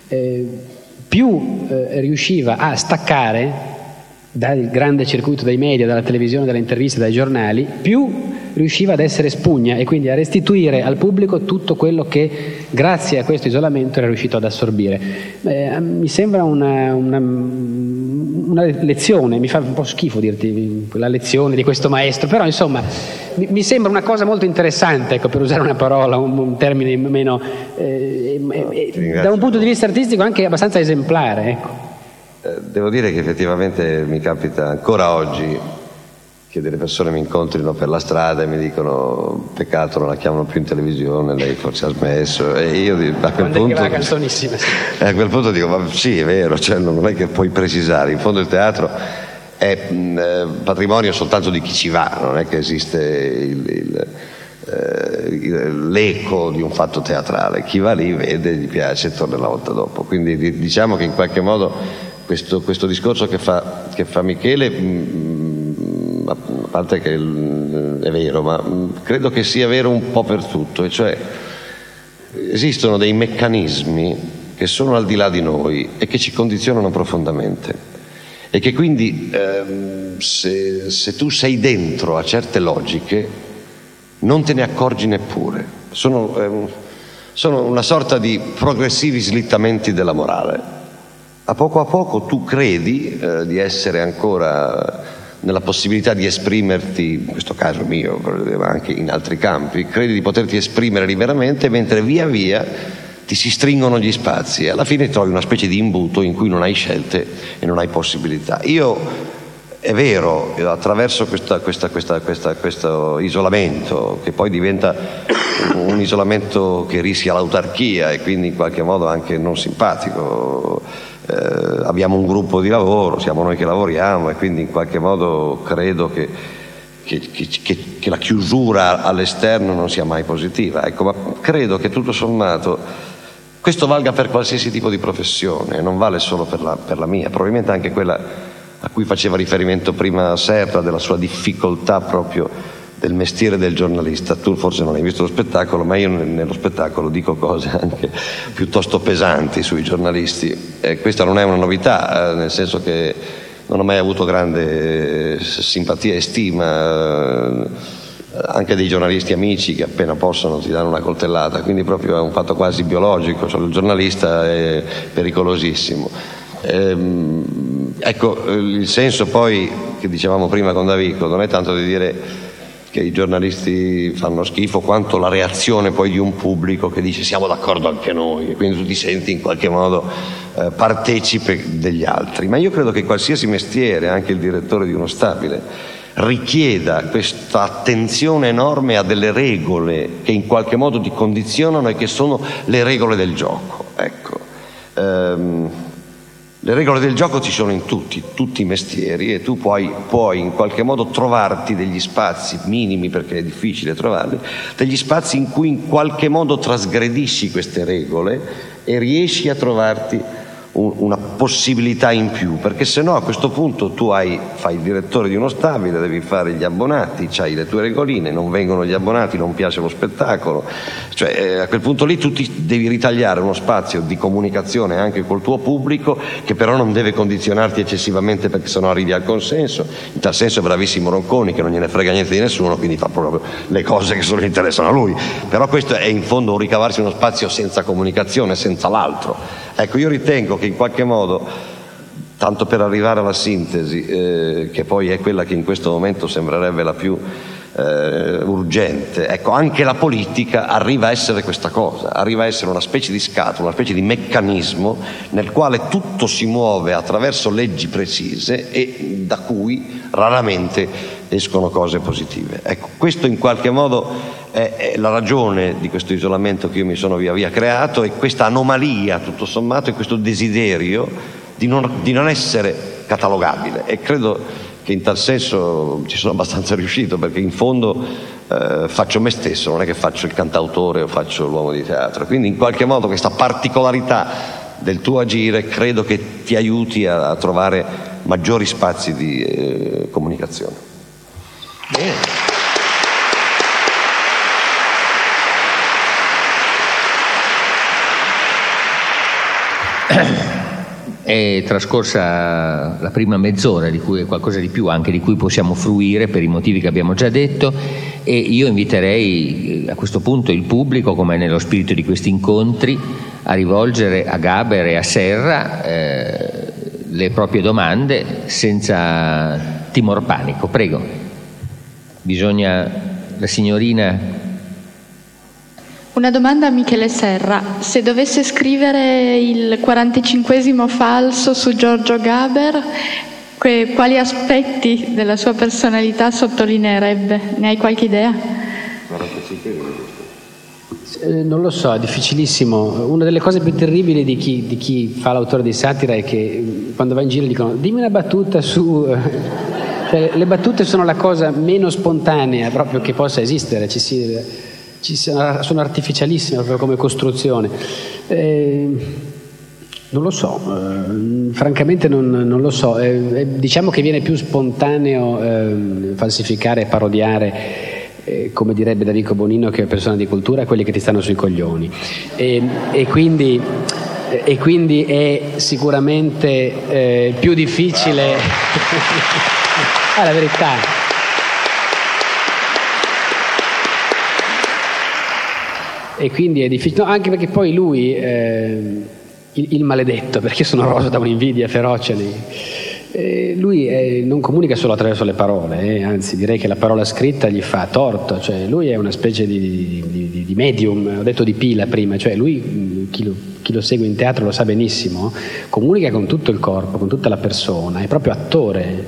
Speaker 5: più riusciva a staccare dal grande circuito dei media, dalla televisione, dalle interviste, dai giornali, più riusciva ad essere spugna e quindi a restituire al pubblico tutto quello che grazie a questo isolamento era riuscito ad assorbire. Mi sembra una lezione, mi fa un po' schifo dirti la lezione di questo maestro, però insomma mi sembra una cosa molto interessante, ecco, per usare una parola, un termine meno da un punto di vista artistico anche abbastanza esemplare, ecco.
Speaker 4: Devo dire che effettivamente mi capita ancora oggi che delle persone mi incontrino per la strada e mi dicono peccato non la chiamano più in televisione, lei forse ha smesso, e io a quel punto dico ma sì, è vero, cioè non è che puoi precisare, in fondo il teatro è patrimonio soltanto di chi ci va, non è che esiste l'eco di un fatto teatrale. Chi va lì vede, gli piace e torna la volta dopo. Quindi diciamo che in qualche modo questo discorso che fa Michele, a parte che è vero, ma credo che sia vero un po' per tutto, e cioè esistono dei meccanismi che sono al di là di noi e che ci condizionano profondamente, e che quindi se tu sei dentro a certe logiche non te ne accorgi neppure. Sono una sorta di progressivi slittamenti della morale. A poco tu credi di essere ancora nella possibilità di esprimerti, in questo caso mio, ma anche in altri campi, credi di poterti esprimere liberamente, mentre via via ti si stringono gli spazi e alla fine trovi una specie di imbuto in cui non hai scelte e non hai possibilità. È vero, attraverso questo isolamento, che poi diventa un isolamento che rischia l'autarchia e quindi in qualche modo anche non simpatico, abbiamo un gruppo di lavoro, siamo noi che lavoriamo, e quindi in qualche modo credo che la chiusura all'esterno non sia mai positiva. Ecco, ma credo che tutto sommato questo valga per qualsiasi tipo di professione, non vale solo per la mia, probabilmente anche quella a cui faceva riferimento prima Serra, della sua difficoltà proprio del mestiere del giornalista. Tu forse non hai visto lo spettacolo, ma io nello spettacolo dico cose anche piuttosto pesanti sui giornalisti. Questa non è una novità, nel senso che non ho mai avuto grande simpatia e stima anche dei giornalisti amici che appena possono ti danno una coltellata, quindi proprio è un fatto quasi biologico, cioè il giornalista è pericolosissimo. Ecco, il senso poi che dicevamo prima con Davico non è tanto di dire che i giornalisti fanno schifo, quanto la reazione poi di un pubblico che dice siamo d'accordo anche noi, e quindi tu ti senti in qualche modo partecipe degli altri. Ma io credo che qualsiasi mestiere, anche il direttore di uno stabile, richieda questa attenzione enorme a delle regole che in qualche modo ti condizionano e che sono le regole del gioco. Ecco, le regole del gioco ci sono in tutti i mestieri, e tu puoi in qualche modo trovarti degli spazi minimi, perché è difficile trovarli, degli spazi in cui in qualche modo trasgredisci queste regole e riesci a trovarti una possibilità in più, perché se no a questo punto tu fai il direttore di uno stabile, devi fare gli abbonati, c'hai le tue regoline, non vengono gli abbonati, non piace lo spettacolo, cioè a quel punto lì tu ti devi ritagliare uno spazio di comunicazione anche col tuo pubblico, che però non deve condizionarti eccessivamente, perché sennò arrivi al consenso. In tal senso è bravissimo Ronconi, che non gliene frega niente di nessuno, quindi fa proprio le cose che solo gli interessano a lui, però questo è in fondo un ricavarsi uno spazio senza comunicazione, senza l'altro. Ecco, io ritengo che in qualche modo, tanto per arrivare alla sintesi, che poi è quella che in questo momento sembrerebbe la più urgente, ecco, anche la politica arriva a essere questa cosa, arriva a essere una specie di scatola, una specie di meccanismo nel quale tutto si muove attraverso leggi precise e da cui raramente escono cose positive. Ecco, questo in qualche modo è la ragione di questo isolamento che io mi sono via via creato, e questa anomalia tutto sommato, e questo desiderio di non essere catalogabile, e credo che in tal senso ci sono abbastanza riuscito, perché in fondo faccio me stesso, non è che faccio il cantautore o faccio l'uomo di teatro, quindi in qualche modo questa particolarità del tuo agire credo che ti aiuti a trovare maggiori spazi di comunicazione. Bene.
Speaker 3: È trascorsa la prima mezz'ora, di cui è qualcosa di più anche di cui possiamo fruire per i motivi che abbiamo già detto, e io inviterei a questo punto il pubblico, come nello spirito di questi incontri, a rivolgere a Gaber e a Serra le proprie domande senza timor panico. Prego. La signorina.
Speaker 6: Una domanda a Michele Serra: se dovesse scrivere il 45esimo falso su Giorgio Gaber, quali aspetti della sua personalità sottolineerebbe? Ne hai qualche idea?
Speaker 5: Non lo so, è difficilissimo. Una delle cose più terribili di chi fa l'autore di satira è che quando va in giro dicono dimmi una battuta su... Le battute sono la cosa meno spontanea proprio che possa esistere, sono artificialissime proprio come costruzione. Non lo so, francamente non lo so. Diciamo che viene più spontaneo falsificare e parodiare, come direbbe Davico Bonino, che è persona di cultura, quelli che ti stanno sui coglioni. E quindi è sicuramente più difficile. La verità. E quindi è difficile, no, anche perché poi lui, il maledetto, perché io sono roso da un'invidia feroce, lui non comunica solo attraverso le parole, anzi direi che la parola scritta gli fa torto, cioè lui è una specie di medium, ho detto di pila prima, cioè lui, chi lo segue in teatro lo sa benissimo, comunica con tutto il corpo, con tutta la persona, è proprio attore,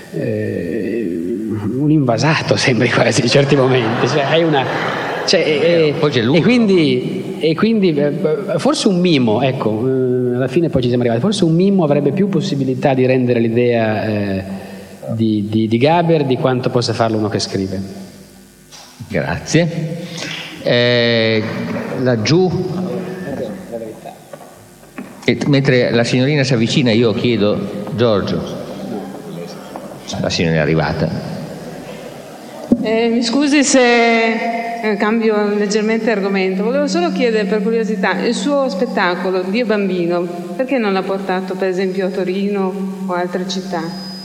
Speaker 5: un invasato sembri quasi in certi momenti, cioè hai una... e quindi forse un mimo, ecco, alla fine poi ci siamo arrivati, forse un mimo avrebbe più possibilità di rendere l'idea di Gaber di quanto possa farlo uno che scrive.
Speaker 3: Grazie. Laggiù, mentre la signorina si avvicina, io chiedo: Giorgio, la signorina è arrivata.
Speaker 7: Mi scusi se cambio leggermente argomento, volevo solo chiedere per curiosità, il suo spettacolo Dio Bambino, perché non l'ha portato per esempio a Torino o altre città?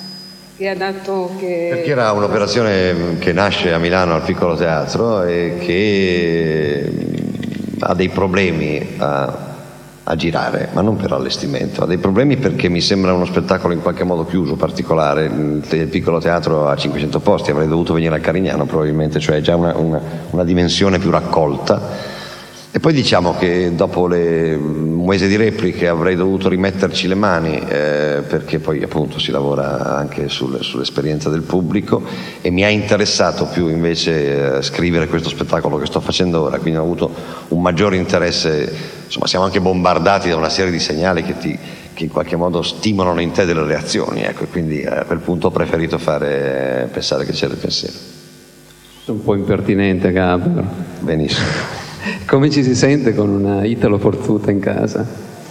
Speaker 4: Perché era un'operazione che nasce a Milano al Piccolo Teatro e che ha dei problemi a girare, ma non per allestimento, ha dei problemi perché mi sembra uno spettacolo in qualche modo chiuso, particolare. Il Piccolo Teatro ha 500 posti, avrei dovuto venire a Carignano probabilmente, cioè già una dimensione più raccolta. E poi diciamo che dopo un mese di repliche avrei dovuto rimetterci le mani, perché poi appunto si lavora anche sull'esperienza del pubblico, e mi ha interessato più invece scrivere questo spettacolo che sto facendo ora, quindi ho avuto un maggiore interesse. Insomma, siamo anche bombardati da una serie di segnali che in qualche modo stimolano in te delle reazioni, ecco, e quindi a quel punto ho preferito pensare che c'era il pensiero.
Speaker 8: Un po' impertinente, Gaber.
Speaker 4: Benissimo.
Speaker 8: Come ci si sente con una Italo Forzuta in casa?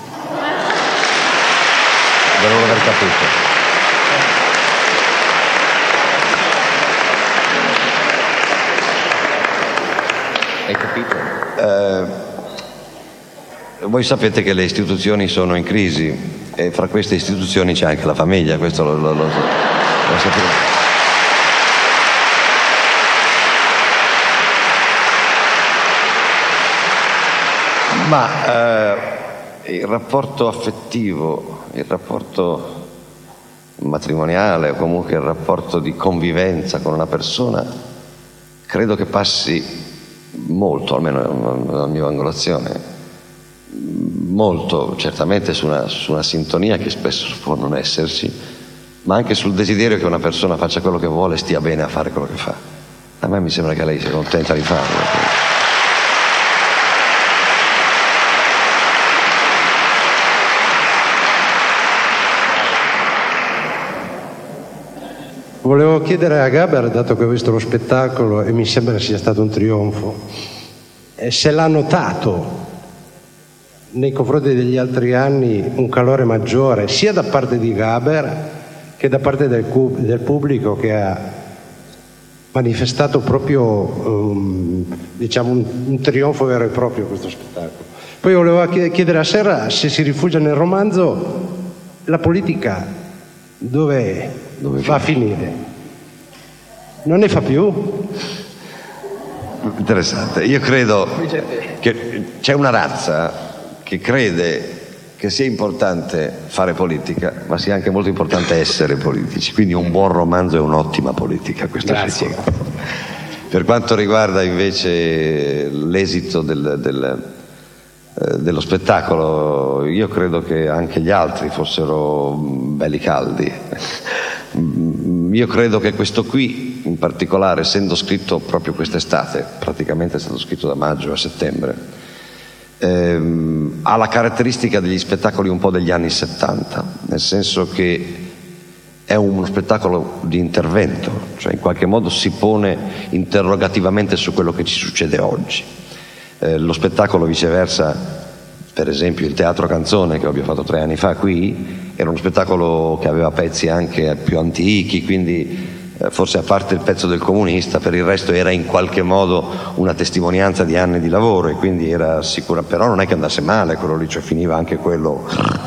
Speaker 4: Devo aver capito.
Speaker 3: Hai capito?
Speaker 4: Voi sapete che le istituzioni sono in crisi e fra queste istituzioni c'è anche la famiglia, questo lo sapete. Ma il rapporto affettivo, il rapporto matrimoniale o comunque il rapporto di convivenza con una persona credo che passi molto, almeno nella mia angolazione, molto certamente su una sintonia che spesso può non esserci, ma anche sul desiderio che una persona faccia quello che vuole e stia bene a fare quello che fa. A me mi sembra che lei sia contenta di farlo.
Speaker 9: Volevo chiedere a Gaber, dato che ho visto lo spettacolo e mi sembra sia stato un trionfo, se l'ha notato nei confronti degli altri anni un calore maggiore sia da parte di Gaber che da parte del pubblico, che ha manifestato proprio diciamo un trionfo vero e proprio questo spettacolo. Poi volevo chiedere a Serra se si rifugia nel romanzo, la politica dove va a finire? Non ne fa più?
Speaker 4: Interessante. Io credo che c'è una razza che crede che sia importante fare politica, ma sia anche molto importante essere politici. Quindi un buon romanzo è un'ottima politica, questo è sicuro. Per quanto riguarda invece l'esito dello spettacolo, io credo che anche gli altri fossero belli caldi. Io credo che questo qui in particolare, essendo scritto proprio quest'estate, praticamente è stato scritto da maggio a settembre, ha la caratteristica degli spettacoli un po' degli anni 70, nel senso che è uno spettacolo di intervento, cioè in qualche modo si pone interrogativamente su quello che ci succede oggi. Lo spettacolo viceversa, per esempio il Teatro Canzone che abbiamo fatto 3 anni fa qui, era uno spettacolo che aveva pezzi anche più antichi, quindi forse a parte il pezzo del comunista, per il resto era in qualche modo una testimonianza di anni di lavoro, e quindi era sicura, però non è che andasse male quello lì, cioè finiva anche quello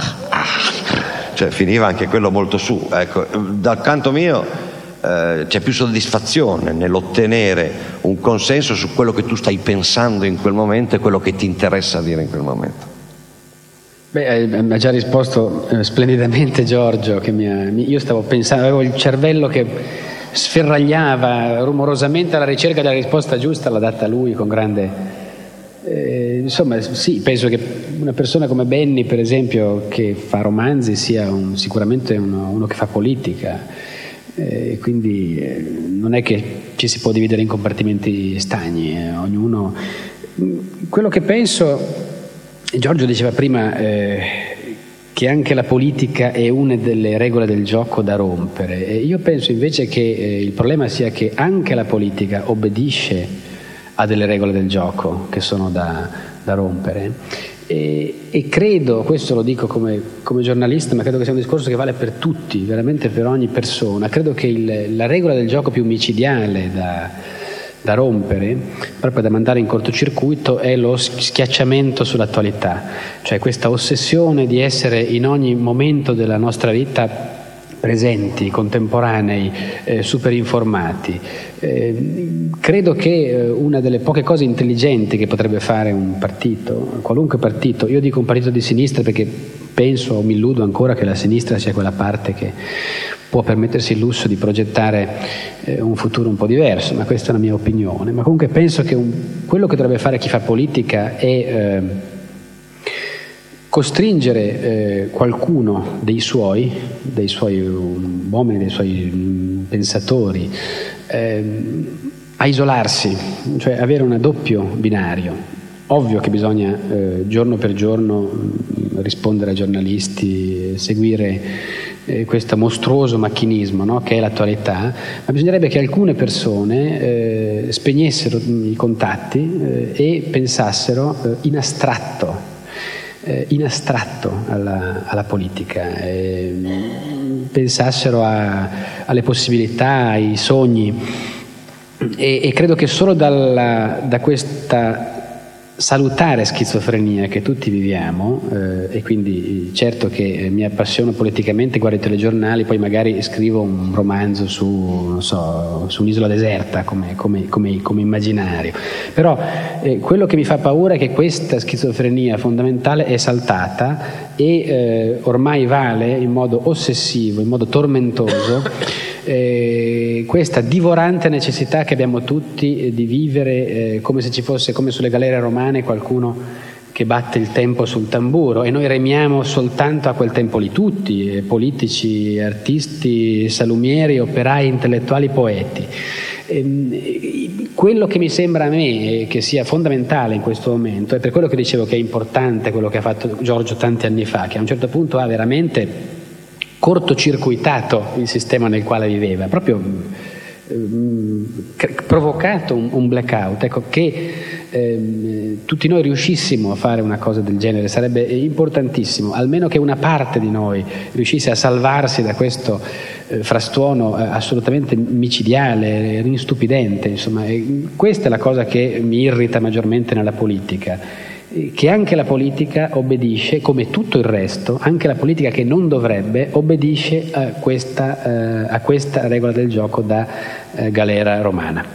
Speaker 4: molto su, ecco. Dal canto mio c'è più soddisfazione nell'ottenere un consenso su quello che tu stai pensando in quel momento e quello che ti interessa dire in quel momento.
Speaker 5: Ha già risposto splendidamente Giorgio, io stavo pensando, avevo il cervello che sferragliava rumorosamente alla ricerca della risposta giusta, l'ha data lui con grande... insomma, sì, penso che una persona come Benni, per esempio, che fa romanzi, sia sicuramente uno che fa politica, quindi non è che ci si può dividere in compartimenti stagni, ognuno... Quello che penso... Giorgio diceva prima che anche la politica è una delle regole del gioco da rompere, e io penso invece che il problema sia che anche la politica obbedisce a delle regole del gioco che sono da rompere, e credo, questo lo dico come giornalista, ma credo che sia un discorso che vale per tutti, veramente per ogni persona, credo che la regola del gioco più micidiale da rompere, proprio da mandare in cortocircuito, è lo schiacciamento sull'attualità, cioè questa ossessione di essere in ogni momento della nostra vita presenti, contemporanei, super informati. Credo che una delle poche cose intelligenti che potrebbe fare un partito, qualunque partito, io dico un partito di sinistra perché penso o mi illudo ancora che la sinistra sia quella parte che può permettersi il lusso di progettare un futuro un po' diverso, ma questa è una mia opinione. Ma comunque penso che quello che dovrebbe fare chi fa politica è costringere qualcuno dei suoi uomini, dei suoi pensatori, a isolarsi, cioè avere un doppio binario. Ovvio che bisogna giorno per giorno rispondere ai giornalisti, seguire questo mostruoso macchinismo, no? Che è l'attualità, ma bisognerebbe che alcune persone spegnessero i contatti e pensassero in astratto alla politica, pensassero alle possibilità, ai sogni, e credo che solo da questa salutare schizofrenia che tutti viviamo, e quindi certo che mi appassiono politicamente, guardo i telegiornali, poi magari scrivo un romanzo su un'isola deserta come immaginario, però quello che mi fa paura è che questa schizofrenia fondamentale è saltata e ormai vale in modo ossessivo, in modo tormentoso, questa divorante necessità che abbiamo tutti di vivere come se ci fosse, come sulle galere romane, qualcuno che batte il tempo sul tamburo, e noi remiamo soltanto a quel tempo lì, tutti, politici, artisti, salumieri, operai, intellettuali, poeti. Quello che mi sembra a me che sia fondamentale in questo momento, è per quello che dicevo che è importante quello che ha fatto Giorgio tanti anni fa, che a un certo punto ha veramente cortocircuitato il sistema nel quale viveva, proprio provocato un blackout, ecco, che tutti noi riuscissimo a fare una cosa del genere sarebbe importantissimo, almeno che una parte di noi riuscisse a salvarsi da questo frastuono assolutamente micidiale, instupidente, insomma. Questa è la cosa che mi irrita maggiormente nella politica, che anche la politica obbedisce, come tutto il resto, anche la politica che non dovrebbe, obbedisce a questa regola del gioco da galera romana.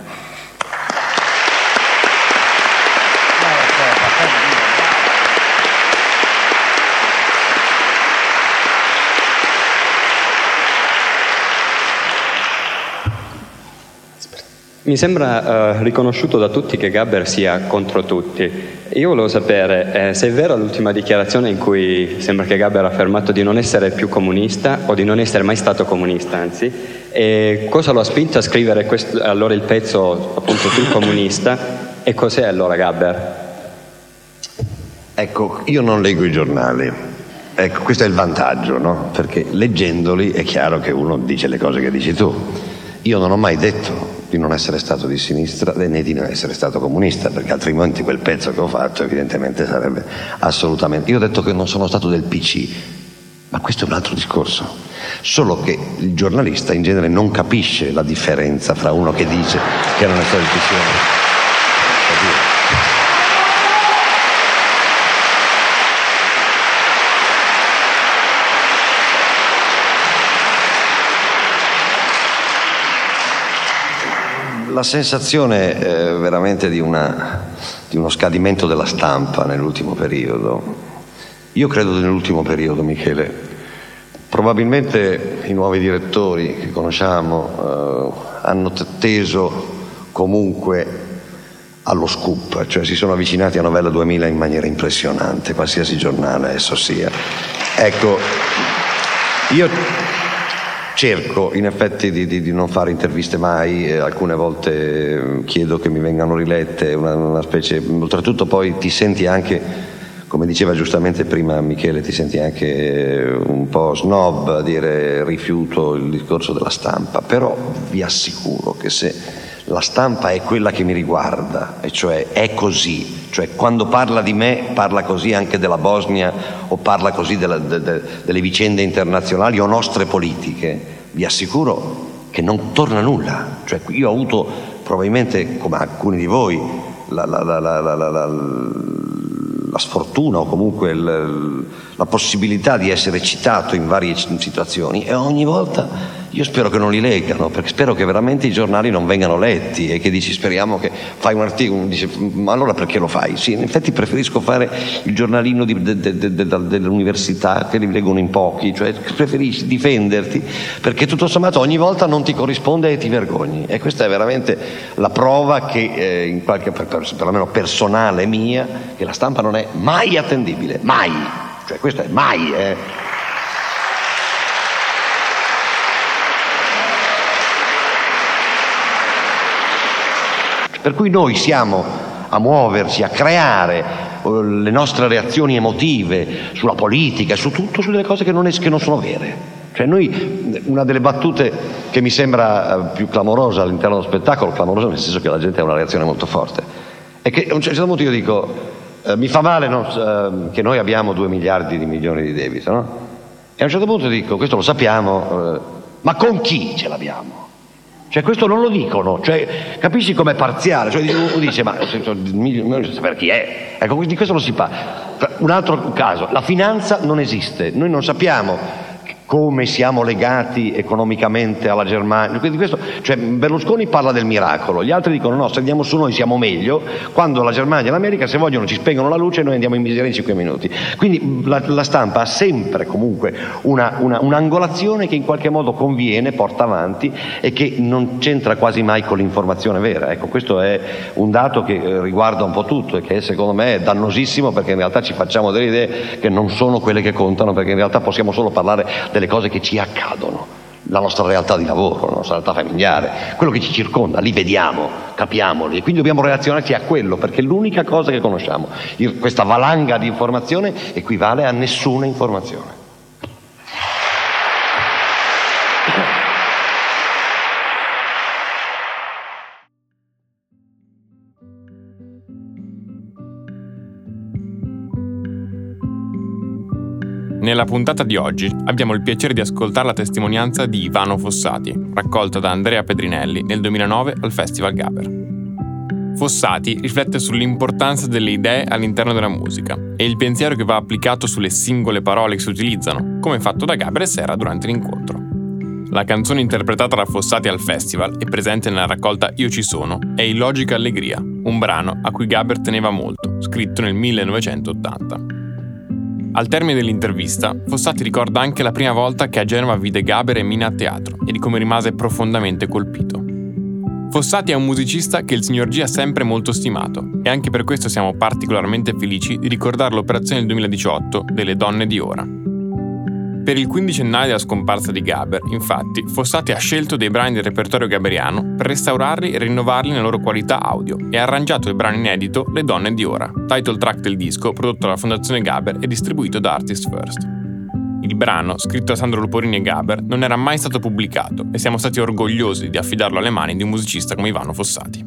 Speaker 10: Mi sembra riconosciuto da tutti che Gaber sia contro tutti. Io volevo sapere se è vera l'ultima dichiarazione in cui sembra che Gaber ha affermato di non essere più comunista, o di non essere mai stato comunista, anzi, e cosa lo ha spinto a scrivere allora il pezzo appunto sul comunista, e cos'è allora Gaber?
Speaker 4: Ecco, io non leggo i giornali, Ecco, questo è il vantaggio, no? Perché leggendoli è chiaro che uno dice le cose che dici tu. Io non ho mai detto di non essere stato di sinistra né di non essere stato comunista, perché altrimenti quel pezzo che ho fatto evidentemente sarebbe assolutamente... Io ho detto che non sono stato del PC, ma questo è un altro discorso. Solo che il giornalista in genere non capisce la differenza fra uno che dice che non è stato del PC. La sensazione veramente di uno scadimento della stampa nell'ultimo periodo. Io credo nell'ultimo periodo, Michele. Probabilmente i nuovi direttori che conosciamo hanno teso comunque allo scoop, cioè si sono avvicinati a Novella 2000 in maniera impressionante, qualsiasi giornale esso sia. Ecco, io cerco in effetti di non fare interviste mai, alcune volte chiedo che mi vengano rilette, una specie, oltretutto poi ti senti anche, come diceva giustamente prima Michele, ti senti anche un po' snob a dire rifiuto il discorso della stampa, però vi assicuro che se la stampa è quella che mi riguarda, e cioè è così, cioè quando parla di me parla così anche della Bosnia o parla così delle vicende internazionali o nostre politiche, vi assicuro che non torna nulla. Cioè io ho avuto probabilmente, come alcuni di voi, la sfortuna o comunque la possibilità di essere citato in varie situazioni, e ogni volta io spero che non li leggano, perché spero che veramente i giornali non vengano letti, e che dici speriamo che fai un articolo, dice ma allora perché lo fai? Sì, in effetti preferisco fare il giornalino dell'università che li leggono in pochi, cioè preferisci difenderti perché tutto sommato ogni volta non ti corrisponde e ti vergogni, e questa è veramente la prova che in qualche, perlomeno personale mia, che la stampa non è mai attendibile, mai, cioè questo è mai, Per cui noi siamo a muoverci, a creare le nostre reazioni emotive sulla politica, su tutto, su delle cose che non sono vere. Cioè noi, una delle battute che mi sembra più clamorosa all'interno dello spettacolo, clamorosa nel senso che la gente ha una reazione molto forte, è che a un certo punto io dico, mi fa male che noi abbiamo 2 miliardi di milioni di debito, no? E a un certo punto dico, questo lo sappiamo, ma con chi ce l'abbiamo? Cioè questo non lo dicono, cioè capisci com'è parziale, cioè uno dice ma non so sapere chi è, ecco di questo lo si parla. Un altro caso, la finanza non esiste, noi non sappiamo come siamo legati economicamente alla Germania, quindi questo, cioè Berlusconi parla del miracolo, gli altri dicono no, se andiamo su noi siamo meglio, quando la Germania e l'America se vogliono ci spengono la luce e noi andiamo in miseria in 5 minuti. Quindi la stampa ha sempre comunque un'angolazione che in qualche modo conviene, porta avanti e che non c'entra quasi mai con l'informazione vera. Ecco, questo è un dato che riguarda un po' tutto e che secondo me è dannosissimo, perché in realtà ci facciamo delle idee che non sono quelle che contano, perché in realtà possiamo solo parlare delle cose che ci accadono, la nostra realtà di lavoro, la nostra realtà familiare, quello che ci circonda, li vediamo, capiamoli, e quindi dobbiamo relazionarci a quello, perché è l'unica cosa che conosciamo. Questa valanga di informazione equivale a nessuna informazione.
Speaker 2: Nella puntata di oggi abbiamo il piacere di ascoltare la testimonianza di Ivano Fossati, raccolta da Andrea Pedrinelli nel 2009 al Festival Gaber. Fossati riflette sull'importanza delle idee all'interno della musica e il pensiero che va applicato sulle singole parole che si utilizzano, come fatto da Gaber e Serra durante l'incontro. La canzone interpretata da Fossati al festival e presente nella raccolta Io ci sono è Illogica Allegria, un brano a cui Gaber teneva molto, scritto nel 1980. Al termine dell'intervista, Fossati ricorda anche la prima volta che a Genova vide Gaber e Mina a teatro e di come rimase profondamente colpito. Fossati è un musicista che il signor G ha sempre molto stimato e anche per questo siamo particolarmente felici di ricordare l'operazione del 2018 delle Donne di Ora. Per il quindicennario della scomparsa di Gaber, infatti, Fossati ha scelto dei brani del repertorio gaberiano per restaurarli e rinnovarli nella loro qualità audio e ha arrangiato il brano inedito Le Donne di Ora, title track del disco prodotto dalla Fondazione Gaber e distribuito da Artist First. Il brano, scritto da Sandro Luporini e Gaber, non era mai stato pubblicato e siamo stati orgogliosi di affidarlo alle mani di un musicista come Ivano Fossati.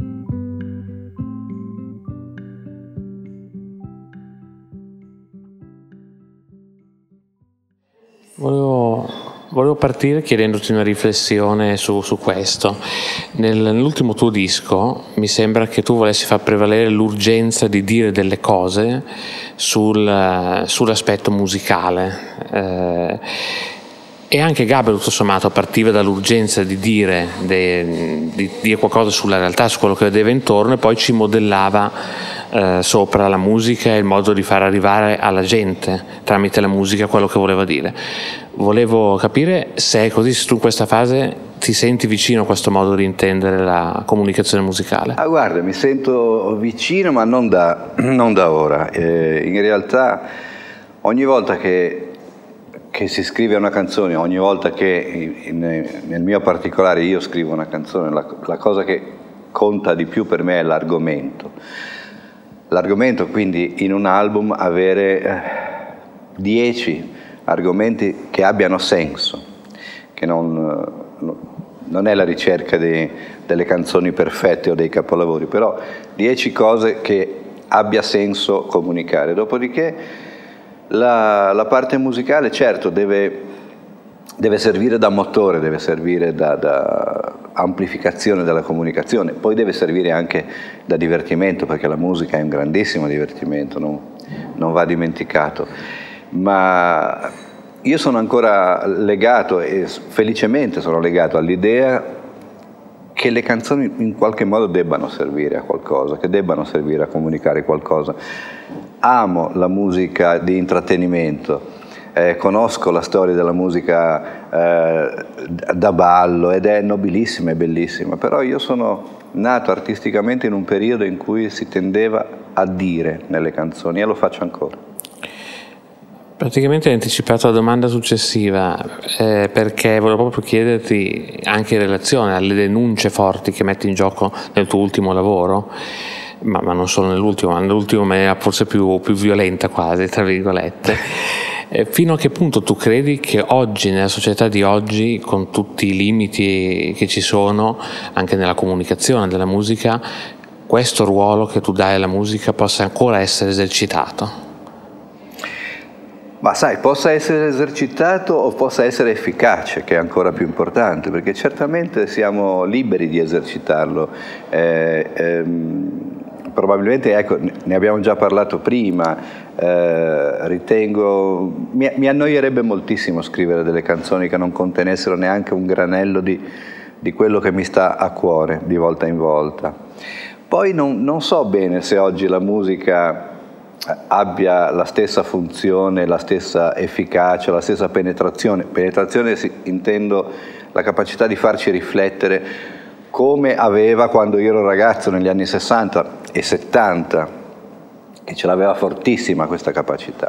Speaker 11: Volevo partire chiedendoti una riflessione su questo. Nell'ultimo tuo disco mi sembra che tu volessi far prevalere l'urgenza di dire delle cose sull'aspetto musicale. E anche Gaber, tutto sommato, partiva dall'urgenza di dire qualcosa sulla realtà, su quello che vedeva intorno, e poi ci modellava sopra la musica e il modo di far arrivare alla gente tramite la musica quello che voleva dire. Volevo capire se è così, se tu in questa fase ti senti vicino a questo modo di intendere la comunicazione musicale.
Speaker 12: Guarda, mi sento vicino, ma non da ora. In realtà ogni volta che si scrive una canzone, ogni volta che nel mio particolare io scrivo una canzone, la cosa che conta di più per me è l'argomento. L'argomento, quindi, in un album avere 10 argomenti che abbiano senso, che non è la ricerca delle canzoni perfette o dei capolavori, però 10 cose che abbia senso comunicare. Dopodiché la parte musicale, certo, deve servire da motore, deve servire da amplificazione della comunicazione, poi deve servire anche da divertimento, perché la musica è un grandissimo divertimento, non va dimenticato. Ma io sono ancora legato, e felicemente sono legato, all'idea che le canzoni in qualche modo debbano servire a qualcosa, che debbano servire a comunicare qualcosa. Amo la musica di intrattenimento, conosco la storia della musica da ballo ed è nobilissima e bellissima, però io sono nato artisticamente in un periodo in cui si tendeva a dire nelle canzoni, e lo faccio ancora.
Speaker 11: Praticamente hai anticipato la domanda successiva, perché volevo proprio chiederti, anche in relazione alle denunce forti che metti in gioco nel tuo ultimo lavoro, ma non solo nell'ultimo, ma nell'ultimo in maniera forse più violenta quasi, tra virgolette, fino a che punto tu credi che oggi, nella società di oggi, con tutti i limiti che ci sono, anche nella comunicazione della musica, questo ruolo che tu dai alla musica possa ancora essere esercitato?
Speaker 12: Ma sai, possa essere esercitato o possa essere efficace, che è ancora più importante, perché certamente siamo liberi di esercitarlo. Probabilmente, ecco, ne abbiamo già parlato prima, ritengo, mi annoierebbe moltissimo scrivere delle canzoni che non contenessero neanche un granello di quello che mi sta a cuore di volta in volta. Poi non so bene se oggi la musica abbia la stessa funzione, la stessa efficacia, la stessa penetrazione. Penetrazione intendo la capacità di farci riflettere come aveva quando io ero ragazzo negli anni 60 e 70, che ce l'aveva fortissima questa capacità.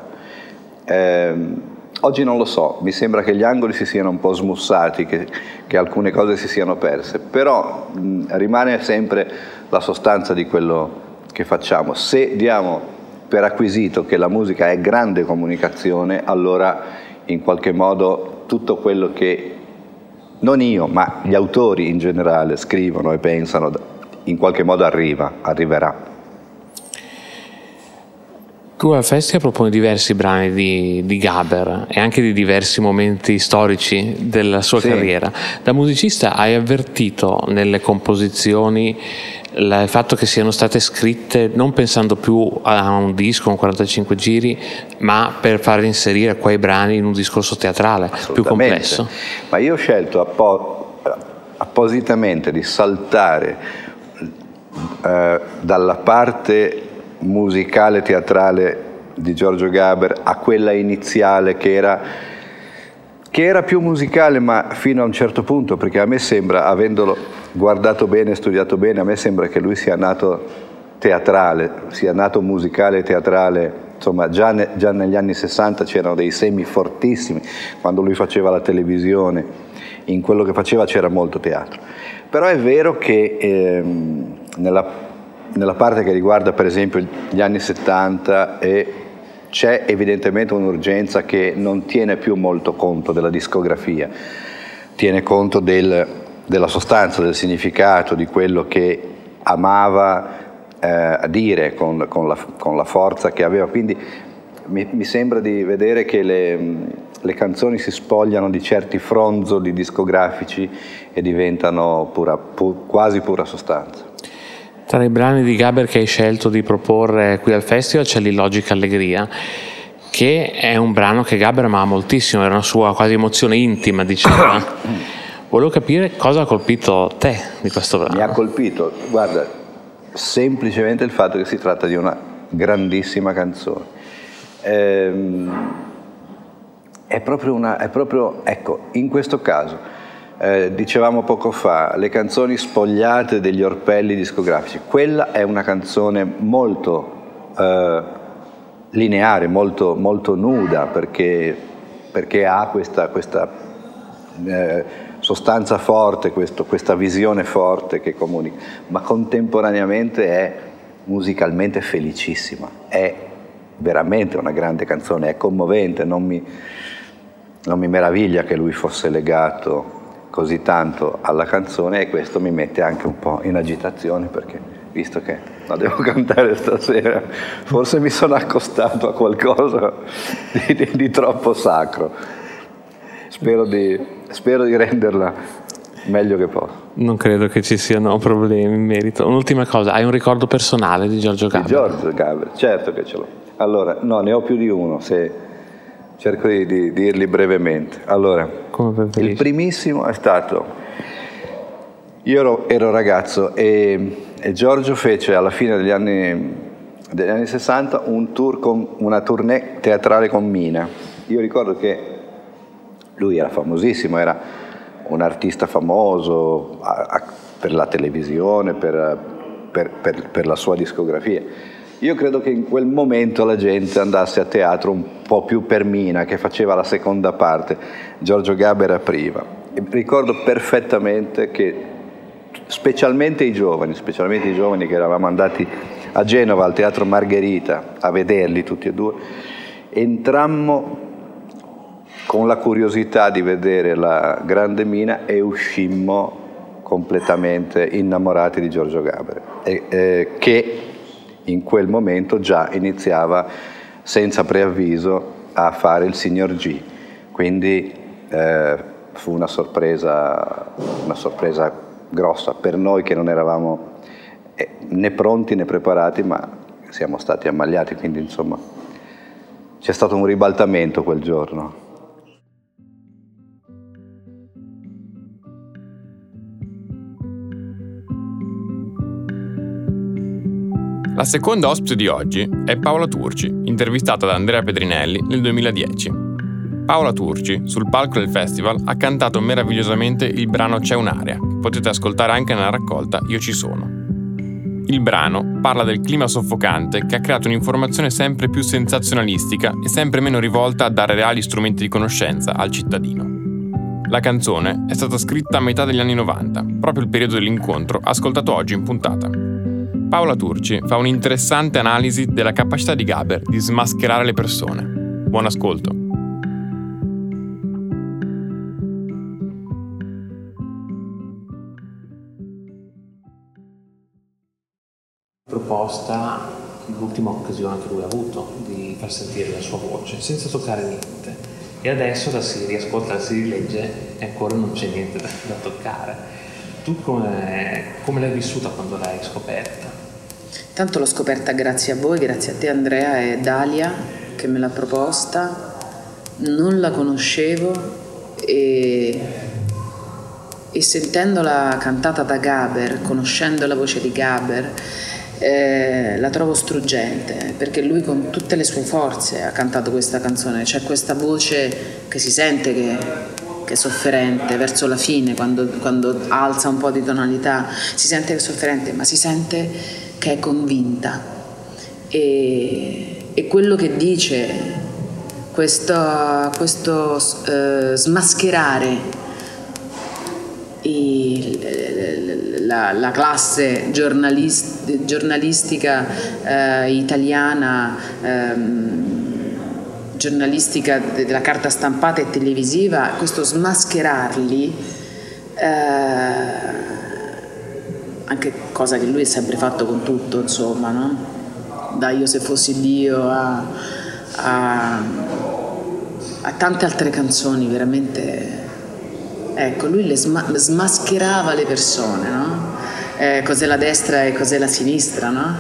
Speaker 12: Oggi non lo so, mi sembra che gli angoli si siano un po' smussati, che alcune cose si siano perse, però rimane sempre la sostanza di quello che facciamo. Se diamo per acquisito che la musica è grande comunicazione, allora in qualche modo tutto quello che non io, ma gli autori in generale scrivono e pensano, in qualche modo arriverà.
Speaker 11: Tu al festival proponi diversi brani di Gaber e anche di diversi momenti storici della sua carriera. Da musicista hai avvertito nelle composizioni il fatto che siano state scritte non pensando più a un disco, un 45 giri, ma per far inserire quei brani in un discorso teatrale più complesso?
Speaker 12: Ma io ho scelto appositamente di saltare dalla parte musicale teatrale di Giorgio Gaber a quella iniziale che era più musicale, ma fino a un certo punto, perché a me sembra, avendolo guardato bene e studiato bene, a me sembra che lui sia nato teatrale, sia nato musicale e teatrale. Insomma, già negli anni 60 c'erano dei semi fortissimi, quando lui faceva la televisione, in quello che faceva c'era molto teatro. Però è vero che nella parte che riguarda per esempio gli anni 70 e c'è evidentemente un'urgenza che non tiene più molto conto della discografia, tiene conto della sostanza, del significato, di quello che amava dire con la forza che aveva. Quindi mi sembra di vedere che le canzoni si spogliano di certi fronzoli discografici e diventano quasi pura sostanza.
Speaker 11: Tra i brani di Gaber che hai scelto di proporre qui al festival c'è l'Illogica Allegria, che è un brano che Gaber amava moltissimo, era una sua quasi emozione intima, diceva. Volevo capire cosa ha colpito te di questo brano.
Speaker 12: Mi ha colpito, guarda, semplicemente il fatto che si tratta di una grandissima canzone. È proprio, ecco, in questo caso, dicevamo poco fa, le canzoni spogliate degli orpelli discografici, quella è una canzone molto lineare, molto, molto nuda, perché ha questa sostanza forte, questa visione forte che comunica, ma contemporaneamente è musicalmente felicissima, è veramente una grande canzone, è commovente, non mi meraviglia che lui fosse legato così tanto alla canzone, e questo mi mette anche un po' in agitazione, perché visto che la devo cantare stasera, forse mi sono accostato a qualcosa di troppo sacro. Spero di renderla meglio che posso.
Speaker 11: Non credo che ci siano problemi in merito. Un'ultima cosa, hai un ricordo personale di Giorgio Gaber?
Speaker 12: Di Giorgio Gaber, certo che ce l'ho. Allora, no, ne ho più di uno, se cerco di dirli brevemente. Allora, il primissimo è stato, io ero ragazzo e Giorgio fece alla fine degli anni 60 una tournée teatrale con Mina. Io ricordo che lui era famosissimo, era un artista famoso per la televisione, per la sua discografia. Io credo che in quel momento la gente andasse a teatro un po' più per Mina, che faceva la seconda parte, Giorgio Gaber apriva. E ricordo perfettamente che specialmente i giovani che eravamo andati a Genova al Teatro Margherita a vederli tutti e due, entrammo con la curiosità di vedere la grande Mina e uscimmo completamente innamorati di Giorgio Gaber, che in quel momento già iniziava senza preavviso a fare il signor G, quindi fu una sorpresa grossa per noi che non eravamo né pronti né preparati, ma siamo stati ammagliati, quindi insomma c'è stato un ribaltamento quel giorno.
Speaker 2: La seconda ospite di oggi è Paola Turci, intervistata da Andrea Pedrinelli nel 2010. Paola Turci, sul palco del festival, ha cantato meravigliosamente il brano C'è un'aria, che potete ascoltare anche nella raccolta Io ci sono. Il brano parla del clima soffocante che ha creato un'informazione sempre più sensazionalistica e sempre meno rivolta a dare reali strumenti di conoscenza al cittadino. La canzone è stata scritta a metà degli anni 90, proprio il periodo dell'incontro ascoltato oggi in puntata. Paola Turci fa un'interessante analisi della capacità di Gaber di smascherare le persone. Buon ascolto.
Speaker 11: Proposta, l'ultima occasione che lui ha avuto di far sentire la sua voce senza toccare niente, e adesso la si riascolta, la si rilegge e ancora non c'è niente da toccare. Tu come l'hai vissuta quando l'hai scoperta?
Speaker 13: Tanto l'ho scoperta grazie a voi, grazie a te Andrea e Dalia che me l'ha proposta, non la conoscevo e sentendola cantata da Gaber, conoscendo la voce di Gaber, la trovo struggente, perché lui con tutte le sue forze ha cantato questa canzone. C'è questa voce che si sente che è sofferente verso la fine, quando alza un po' di tonalità, si sente che è sofferente, ma si sente che è convinta, e quello che dice, questo smascherare la classe giornalistica italiana giornalistica della carta stampata e televisiva, questo smascherarli, anche cosa che lui ha sempre fatto con tutto, insomma, no? Da Io se fossi Dio a tante altre canzoni, veramente. Ecco, lui smascherava le persone, no? Cos'è la destra e cos'è la sinistra, no?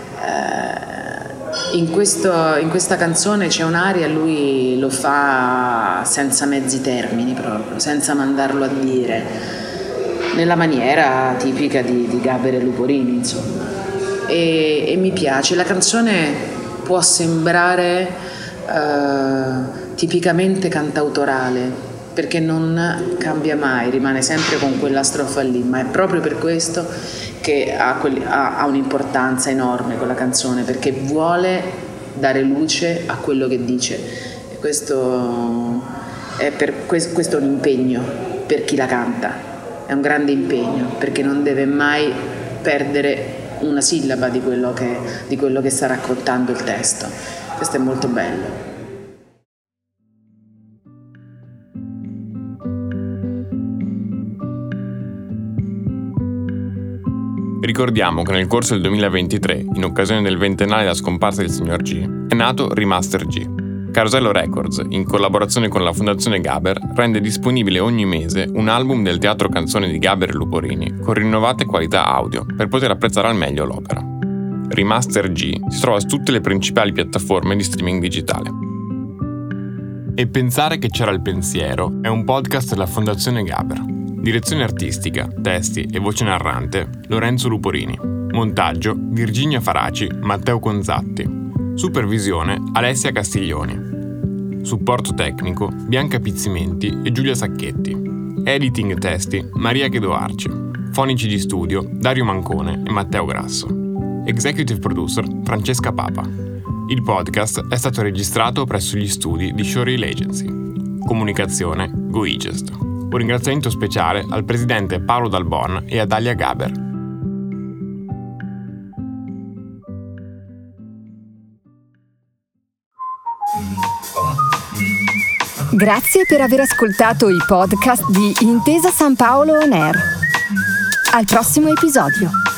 Speaker 13: In questa canzone c'è un'aria, lui lo fa senza mezzi termini proprio, senza mandarlo a dire, nella maniera tipica di Gaber e Luporini, insomma. E mi piace, la canzone può sembrare tipicamente cantautorale, perché non cambia mai, rimane sempre con quella strofa lì, ma è proprio per questo che ha un'importanza enorme quella canzone, perché vuole dare luce a quello che dice. E questo è un impegno per chi la canta, è un grande impegno, perché non deve mai perdere una sillaba di quello che sta raccontando il testo. Questo è molto bello.
Speaker 2: Ricordiamo che nel corso del 2023, in occasione del ventennale della scomparsa del signor G, è nato Remaster G. Carosello Records, in collaborazione con la Fondazione Gaber, rende disponibile ogni mese un album del teatro canzone di Gaber e Luporini con rinnovate qualità audio per poter apprezzare al meglio l'opera. Remaster G si trova su tutte le principali piattaforme di streaming digitale. E pensare che c'era il pensiero è un podcast della Fondazione Gaber. Direzione artistica, testi e voce narrante Lorenzo Luporini. Montaggio Virginia Faraci, Matteo Conzatti. Supervisione Alessia Castiglioni. Supporto tecnico Bianca Pizzimenti e Giulia Sacchetti. Editing testi Maria Chedoarci. Fonici di studio Dario Mancone e Matteo Grasso. Executive producer Francesca Papa. Il podcast è stato registrato presso gli studi di Showreel Agency. Comunicazione GoEgest. Un ringraziamento speciale al presidente Paolo Dal Bon e a Dalia Gaber.
Speaker 1: Grazie per aver ascoltato i podcast di Intesa San Paolo On Air. Al prossimo episodio.